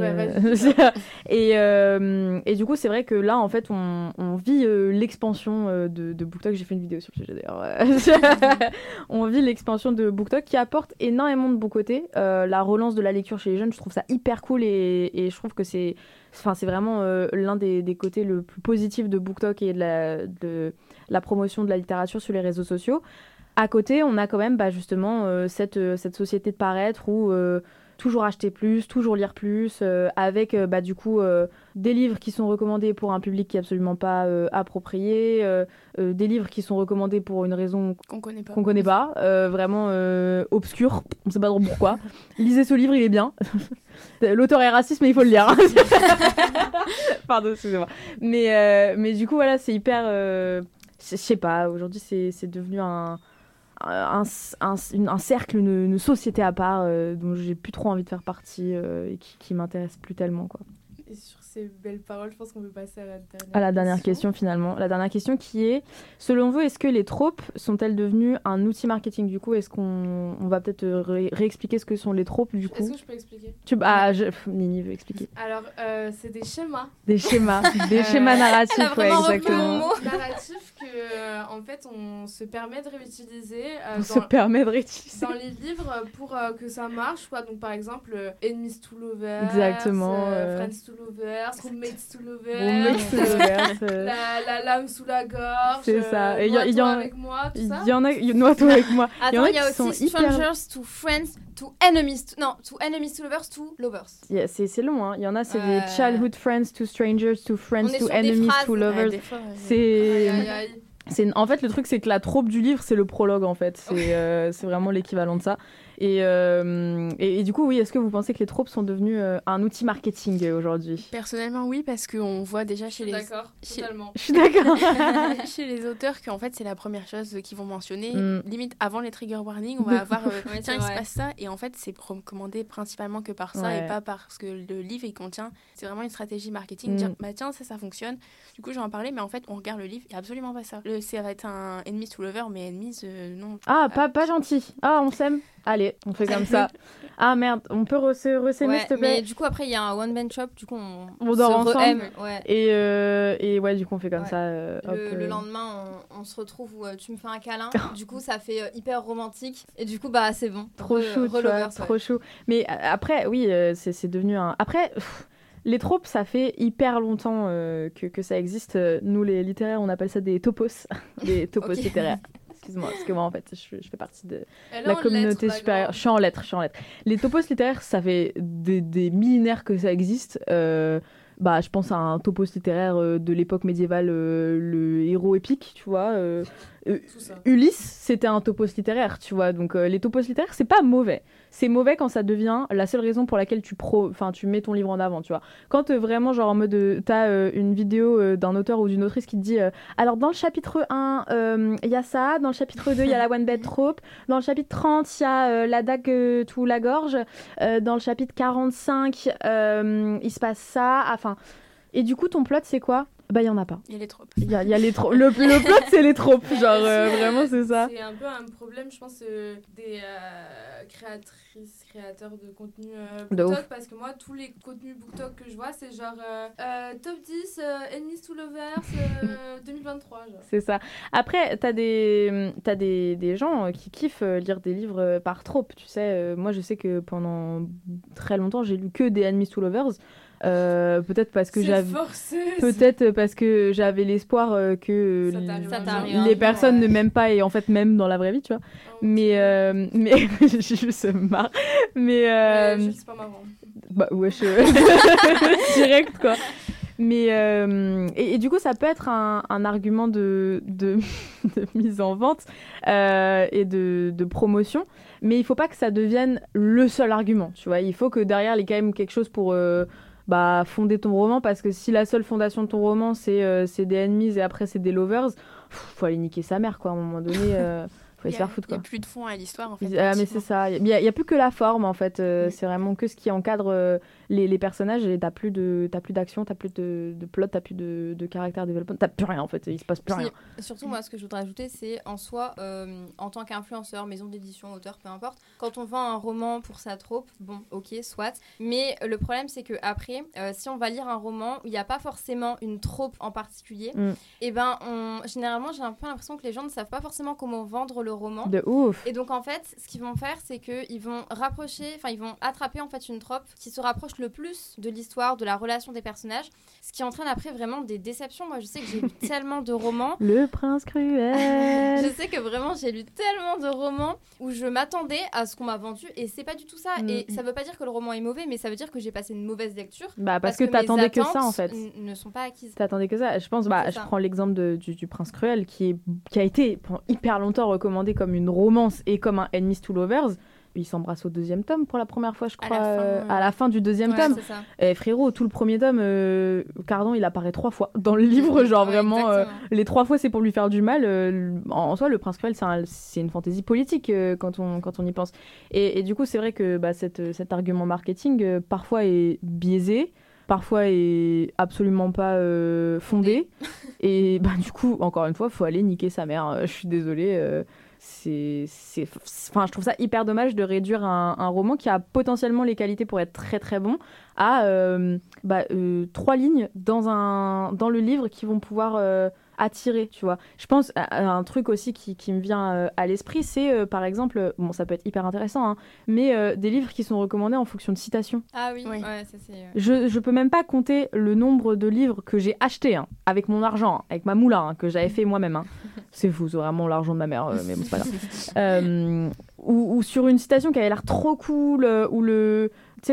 et du coup c'est vrai que là en fait on vit l'expansion de BookTok. J'ai fait une vidéo sur le sujet d'ailleurs. On vit l'expansion de BookTok qui apporte énormément de bons côtés. La relance de la lecture chez les jeunes, je trouve ça hyper cool et je trouve que c'est vraiment l'un des côtés le plus positif de BookTok et de la promotion de la littérature sur les réseaux sociaux. À côté, on a quand même justement cette société de paraître où toujours acheter plus, toujours lire plus, avec du coup des livres qui sont recommandés pour un public qui est absolument pas approprié, des livres qui sont recommandés pour une raison qu'on connaît pas, vraiment obscure, on sait pas trop pourquoi. Lisez ce livre, il est bien. L'auteur est raciste, mais il faut le lire. Pardon, excusez-moi. Mais du coup, voilà, c'est hyper... je sais pas, aujourd'hui, c'est devenu un cercle, une société à part dont j'ai plus trop envie de faire partie et qui m'intéresse plus tellement, quoi. Et sur ces belles paroles, je pense qu'on peut passer à la dernière question finalement. La dernière question qui est, selon vous, est-ce que les tropes sont-elles devenues un outil marketing? Du coup, est-ce qu'on va peut-être réexpliquer ce que sont les tropes du coup? Est-ce que je peux expliquer? Nini veut expliquer. Alors, c'est des schémas. Des schémas narratifs, ouais, exactement. Narratifs que, en fait, on se permet de réutiliser. Dans les livres pour que ça marche, quoi. Donc, par exemple, Enemies to Lovers. Exactement. Friends to Lovers, Roommates to Lovers, la lame sous la gorge, c'est ça. Et Noie-toi avec moi, tout ça. Il y en a, Noie-toi avec moi. Attends, il y a aussi Strangers to Friends to Enemies to Lovers to Lovers. Yeah, c'est long, hein. Il y en a, c'est des Childhood Friends to Strangers to Friends to Enemies to Lovers. En fait, le truc, c'est que la trope du livre, c'est le prologue, en fait. C'est vraiment l'équivalent de ça. Et du coup, oui, est-ce que vous pensez que les tropes sont devenues un outil marketing aujourd'hui? Personnellement, oui, parce qu'on voit déjà chez les... D'accord, totalement. Je suis d'accord. Chez les auteurs qu'en fait, c'est la première chose qu'ils vont mentionner. Limite, avant les trigger warnings, on va avoir tiens, il se passe ça. Et en fait, c'est recommandé principalement que par ça et pas parce que le livre, il contient. C'est vraiment une stratégie marketing. Dire, tiens, ça fonctionne. Du coup, j'en parlais, mais en fait, on regarde le livre, il n'y a absolument pas ça. Ça va être un Enemies to Lover, mais Enemies, non. Ah, pas gentil. Ah, on s'aime. Allez, on fait comme ça. Ah merde, on peut s'aimer s'il te plaît. Mais du coup après il y a un one man shop, du coup on dort ensemble. Ouais. Et ouais, du coup on fait comme ça. Le lendemain on se retrouve où tu me fais un câlin. Du coup ça fait hyper romantique et du coup c'est bon. Trop chou, trop chou. Mais après oui, c'est devenu un. Après. Les tropes, ça fait hyper longtemps que ça existe. Nous, les littéraires, on appelle ça des topos. Des topos littéraires. Excuse-moi, parce que moi, en fait, je fais partie de la communauté supérieure. Je suis en lettres. Les topos littéraires, ça fait des millénaires que ça existe. Je pense à un topos littéraire de l'époque médiévale, le héros épique, tu vois. Ulysse, c'était un topos littéraire, tu vois. Donc, les topos littéraires, c'est pas mauvais. C'est mauvais quand ça devient la seule raison pour laquelle tu mets ton livre en avant, tu vois. Quand vraiment, genre en mode, t'as une vidéo d'un auteur ou d'une autrice qui te dit alors, dans le chapitre 1, il y a ça. Dans le chapitre 2, il y a la one bed trope. Dans le chapitre 30, il y a la dague tout la gorge. Dans le chapitre 45, il se passe ça. Enfin, et du coup, ton plot, c'est quoi? Il y en a pas. Il y a les tropes. Il y a les tropes. Le plot, c'est les tropes. Genre, vraiment, c'est ça. C'est un peu un problème, je pense, des créateurs de contenu BookTok. Parce que moi, tous les contenus BookTok que je vois, c'est genre top 10 Enemies to Lovers 2023. Genre. C'est ça. Après, t'as des gens qui kiffent lire des livres par trope. Tu sais, moi, je sais que pendant très longtemps, j'ai lu que des Enemies to Lovers. Peut-être parce que j'avais l'espoir que les personnes ne m'aiment pas et en fait même dans la vraie vie, tu vois. Mais je se marre. Mais c'est pas marrant. direct quoi. Mais et du coup ça peut être un argument de mise en vente et de promotion, mais il faut pas que ça devienne le seul argument, tu vois. Il faut que derrière il y ait quand même quelque chose pour fonder ton roman, parce que si la seule fondation de ton roman c'est des enemies et après c'est des lovers, faut aller niquer sa mère quoi à un moment donné. faut aller se faire foutre, Il quoi. n'y a plus de fond à l'histoire, en fait. Ah, mais c'est ça. Il y a plus que la forme, en fait. C'est vraiment que ce qui encadre les personnages. Et t'as plus d'action, t'as plus de plot, t'as plus de caractère développement. T'as plus rien, en fait. Il se passe plus rien. Surtout, moi, ce que je voudrais ajouter, c'est en soi, en tant qu'influenceur, maison d'édition, auteur, peu importe, quand on vend un roman pour sa troupe, bon, ok, soit. Mais le problème, c'est qu'après, si on va lire un roman où il n'y a pas forcément une troupe en particulier, et ben, généralement, j'ai un peu l'impression que les gens ne savent pas forcément comment vendre le roman. De ouf. Et donc, en fait, ce qu'ils vont faire, c'est qu'ils vont ils vont attraper en fait une trope qui se rapproche le plus de l'histoire, de la relation des personnages, ce qui entraîne après vraiment des déceptions. Moi, je sais que j'ai lu tellement de romans. Le prince cruel. Je sais que vraiment, j'ai lu tellement de romans où je m'attendais à ce qu'on m'a vendu et c'est pas du tout ça. Et ça veut pas dire que le roman est mauvais, mais ça veut dire que j'ai passé une mauvaise lecture. Bah, parce que t'attendais que ça, en fait. Ne sont pas acquises. T'attendais que ça. Je pense, je prends l'exemple du prince cruel qui a été pendant hyper longtemps recommandé comme une romance et comme un Enemies to Lovers. Ils s'embrassent au 2e tome pour la première fois, je crois, à la fin du 2e tome. Et frérot, tout le premier tome, Cardon, il apparaît 3 fois dans le livre, genre vraiment, les 3 fois c'est pour lui faire du mal. En soi, le prince cruel, c'est une fantaisie politique quand on y pense. Et du coup, c'est vrai que cet argument marketing, parfois est biaisé, parfois est absolument pas fondé. Et du coup, encore une fois, faut aller niquer sa mère. Je suis désolée. Enfin, je trouve ça hyper dommage de réduire un roman qui a potentiellement les qualités pour être très très bon à 3 lignes dans le livre qui vont pouvoir attirer, tu vois. Je pense à un truc aussi qui me vient à l'esprit, c'est par exemple, bon, ça peut être hyper intéressant, hein, mais des livres qui sont recommandés en fonction de citations. Ah oui, ouais, ça c'est... Je peux même pas compter le nombre de livres que j'ai achetés avec mon argent, avec ma moula, que j'avais fait moi-même. C'est fou, c'est vraiment l'argent de ma mère, mais bon, c'est pas grave. Ou sur une citation qui avait l'air trop cool, ou le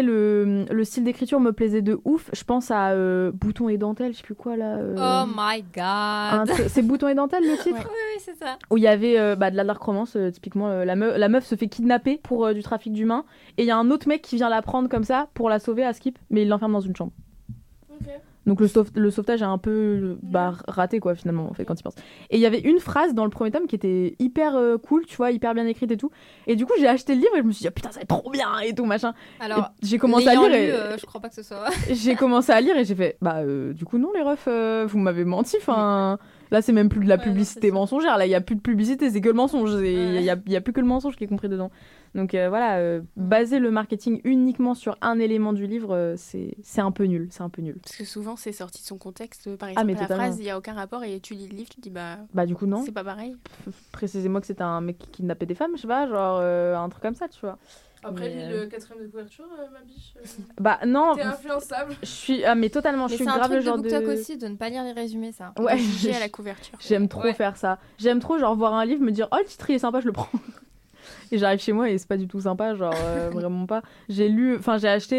style d'écriture me plaisait de ouf. Je pense à Bouton et dentelle, je sais plus quoi là. Oh my god. C'est Bouton et dentelle le titre. Oui, c'est ça. Où il y avait de la dark romance, typiquement. La meuf se fait kidnapper pour du trafic d'humains. Et il y a un autre mec qui vient la prendre comme ça pour la sauver à Skip, mais il l'enferme dans une chambre. Ok. Donc le sauvetage est un peu raté quoi finalement en fait quand il pense. Et il y avait une phrase dans le premier tome qui était hyper cool, tu vois, hyper bien écrite et tout. Et du coup j'ai acheté le livre et je me suis dit putain ça va être trop bien et tout machin. Alors j'ai commencé à lire et je crois pas que ce soit. J'ai commencé à lire et j'ai fait du coup non les refs vous m'avez menti enfin. Là, c'est même plus de la publicité mensongère. Là, il n'y a plus de publicité, c'est que le mensonge. Il n'y a plus que le mensonge qui est compris dedans. Donc baser le marketing uniquement sur un élément du livre, c'est un peu nul. C'est un peu nul. Parce que souvent, c'est sorti de son contexte. Par exemple, la phrase, il n'y a aucun rapport et tu lis le livre, tu te dis du coup, non. C'est pas pareil. Précisez-moi que c'était un mec qui kidnappait des femmes, je sais pas, genre un truc comme ça, tu vois. Après, lis le 4e de couverture, ma biche. Non. T'es influençable. Je suis mais totalement. Mais je suis grave le genre de. C'est un truc de BookTok aussi de ne pas lire les résumés, ça. Ouais. J'ai à la couverture. J'aime trop faire ça. J'aime trop genre voir un livre, me dire oh le titre il est sympa, je le prends. Et j'arrive chez moi et c'est pas du tout sympa, genre vraiment pas. J'ai acheté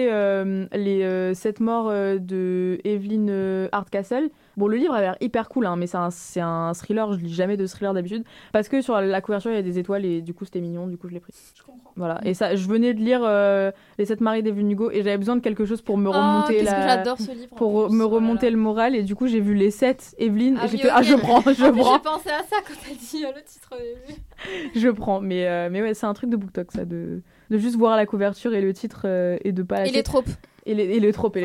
les 7 morts de Evelyn Hardcastle. Bon, le livre a l'air hyper cool, mais c'est un thriller, je lis jamais de thriller d'habitude. Parce que sur la couverture, il y a des étoiles et du coup, c'était mignon, du coup, je l'ai pris. Je comprends. Voilà, et ça, je venais de lire Les 7 maris d'Evelyn Hugo et j'avais besoin de quelque chose pour me remonter que j'adore ce livre. Pour me remonter le moral et du coup, j'ai vu les 7 Evelyn et j'ai fait je prends. J'ai pensé à ça quand t'as dit le titre au début. Je prends, mais ouais, c'est un truc de BookTok, ça, de juste voir la couverture et le titre et de pas lâcher. Et les tropes. Et les tropes.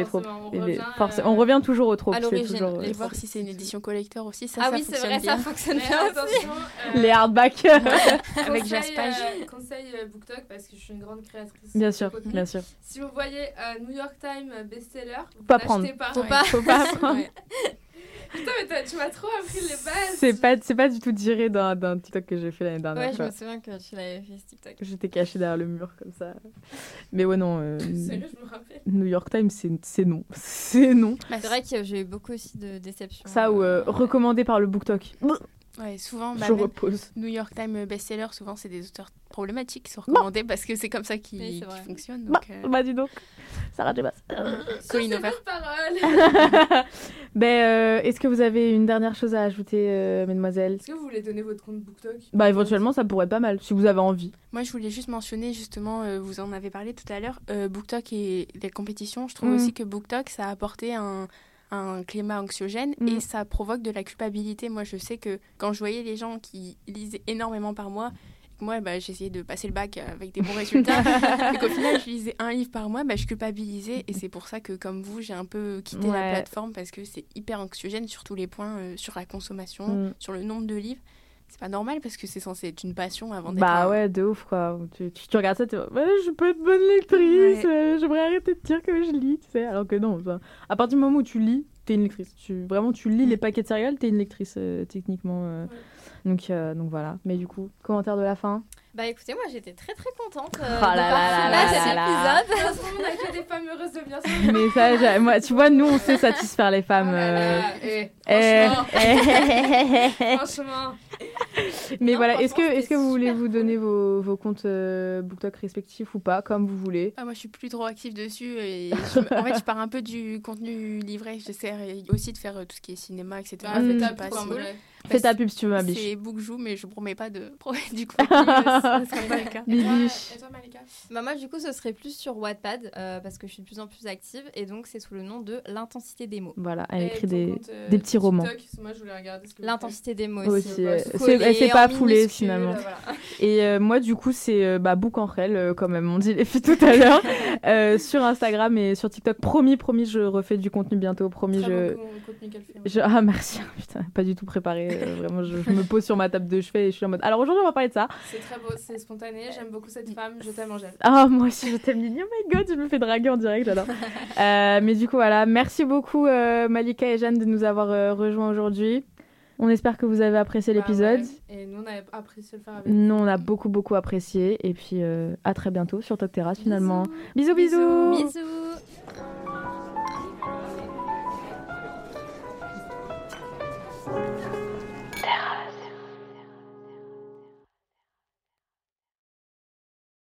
On revient toujours aux tropes. À l'origine. Toujours, et voir si c'est une édition collector aussi, ça oui, c'est vrai, bien. ça fonctionne bien aussi. Les hardbacks. Avec Jaspage. Conseil BookTok, parce que je suis une grande créatrice. Bien sûr, bien sûr. Si vous voyez New York Times best-seller, vous pas prendre. Faut pas prendre. Putain, mais tu m'as trop appris les bases. C'est pas du tout tiré d'un TikTok que j'ai fait l'année dernière. Ouais, je me souviens que tu l'avais fait ce TikTok. J'étais cachée derrière le mur comme ça. Mais ouais, non. Sérieux, je me rappelle. New York Times, c'est non. C'est non. C'est vrai que j'ai eu beaucoup aussi de déceptions. Ça, ou recommandé par le BookTok. Ouais, souvent, je repose. New York Times best-seller, souvent, c'est des auteurs problématiques qui sont recommandés parce que c'est comme ça qu'ils fonctionnent. Donc, dis donc. Sarah Jebas. Colin Over. Parole. Est-ce que vous avez une dernière chose à ajouter, mesdemoiselles ? Est-ce que vous voulez donner votre compte BookTok ? Éventuellement, ça pourrait être pas mal, si vous avez envie. Moi, je voulais juste mentionner, justement, vous en avez parlé tout à l'heure, BookTok et les compétitions. Je trouve aussi que BookTok, ça a apporté un climat anxiogène et ça provoque de la culpabilité. Moi, je sais que quand je voyais les gens qui lisaient énormément par mois, que moi, j'essayais de passer le bac avec des bons résultats. Et qu'au final, je lisais un livre par mois, je culpabilisais. Et c'est pour ça que, comme vous, j'ai un peu quitté la plateforme parce que c'est hyper anxiogène sur tous les points, sur la consommation, sur le nombre de livres. C'est pas normal parce que c'est censé être une passion avant d'être... ouais, de ouf, quoi. Tu regardes ça, tu dis, je peux être bonne lectrice, j'aimerais arrêter de dire que je lis, tu sais. Alors que non, à partir du moment où tu lis, t'es une lectrice. Tu lis les paquets de céréales, t'es une lectrice, techniquement. Donc voilà. Mais du coup, commentaire de la fin. Écoutez, moi j'étais très très contente de cet épisode. De toute façon, on a que des femmes heureuses de bien sûr. Mais ça, moi, tu vois, nous on sait satisfaire les femmes. Franchement. Mais voilà, est-ce que vous voulez vous donner vos comptes BookTok respectifs ou pas, comme vous voulez? Moi je suis plus trop active dessus et en fait je pars un peu du contenu livré. J'essaie aussi de faire tout ce qui est cinéma, etc. Fais ta pub si tu veux, ma biche. C'est Bookjou, mais je promets pas de du contenu. Ça sera pas le cas. Bibiche. Et toi, Malika? Moi, du coup, ce serait plus sur Wattpad parce que je suis de plus en plus active et donc c'est sous le nom de l'intensité des mots. Voilà, elle écrit des petits romans. Moi, je voulais regarder ce que l'intensité des mots aussi. Elle s'est pas foulée finalement. Voilà. Et moi, du coup, c'est Book en réel, comme elles m'ont dit les filles tout à l'heure, sur Instagram et sur TikTok. Promis, je refais du contenu bientôt. Promis, Très bon contenu qu'elle fait. Ah merci, putain, pas du tout préparé. Vraiment, je me pose sur ma table de chevet et je suis en mode. Alors aujourd'hui, on va parler de ça. C'est très beau, c'est spontané. J'aime beaucoup cette femme. Je t'aime, Angèle. Ah, moi aussi, je t'aime, Lily. Oh my god, je me fais draguer en direct, j'adore. Mais du coup, voilà. Merci beaucoup, Malika et Jeanne, de nous avoir rejoints aujourd'hui. On espère que vous avez apprécié l'épisode. Et nous, on a apprécié le faire avec vous. Nous, on a beaucoup apprécié. Et puis, à très bientôt sur Talk Terrasse, finalement. Bisous. Bisous.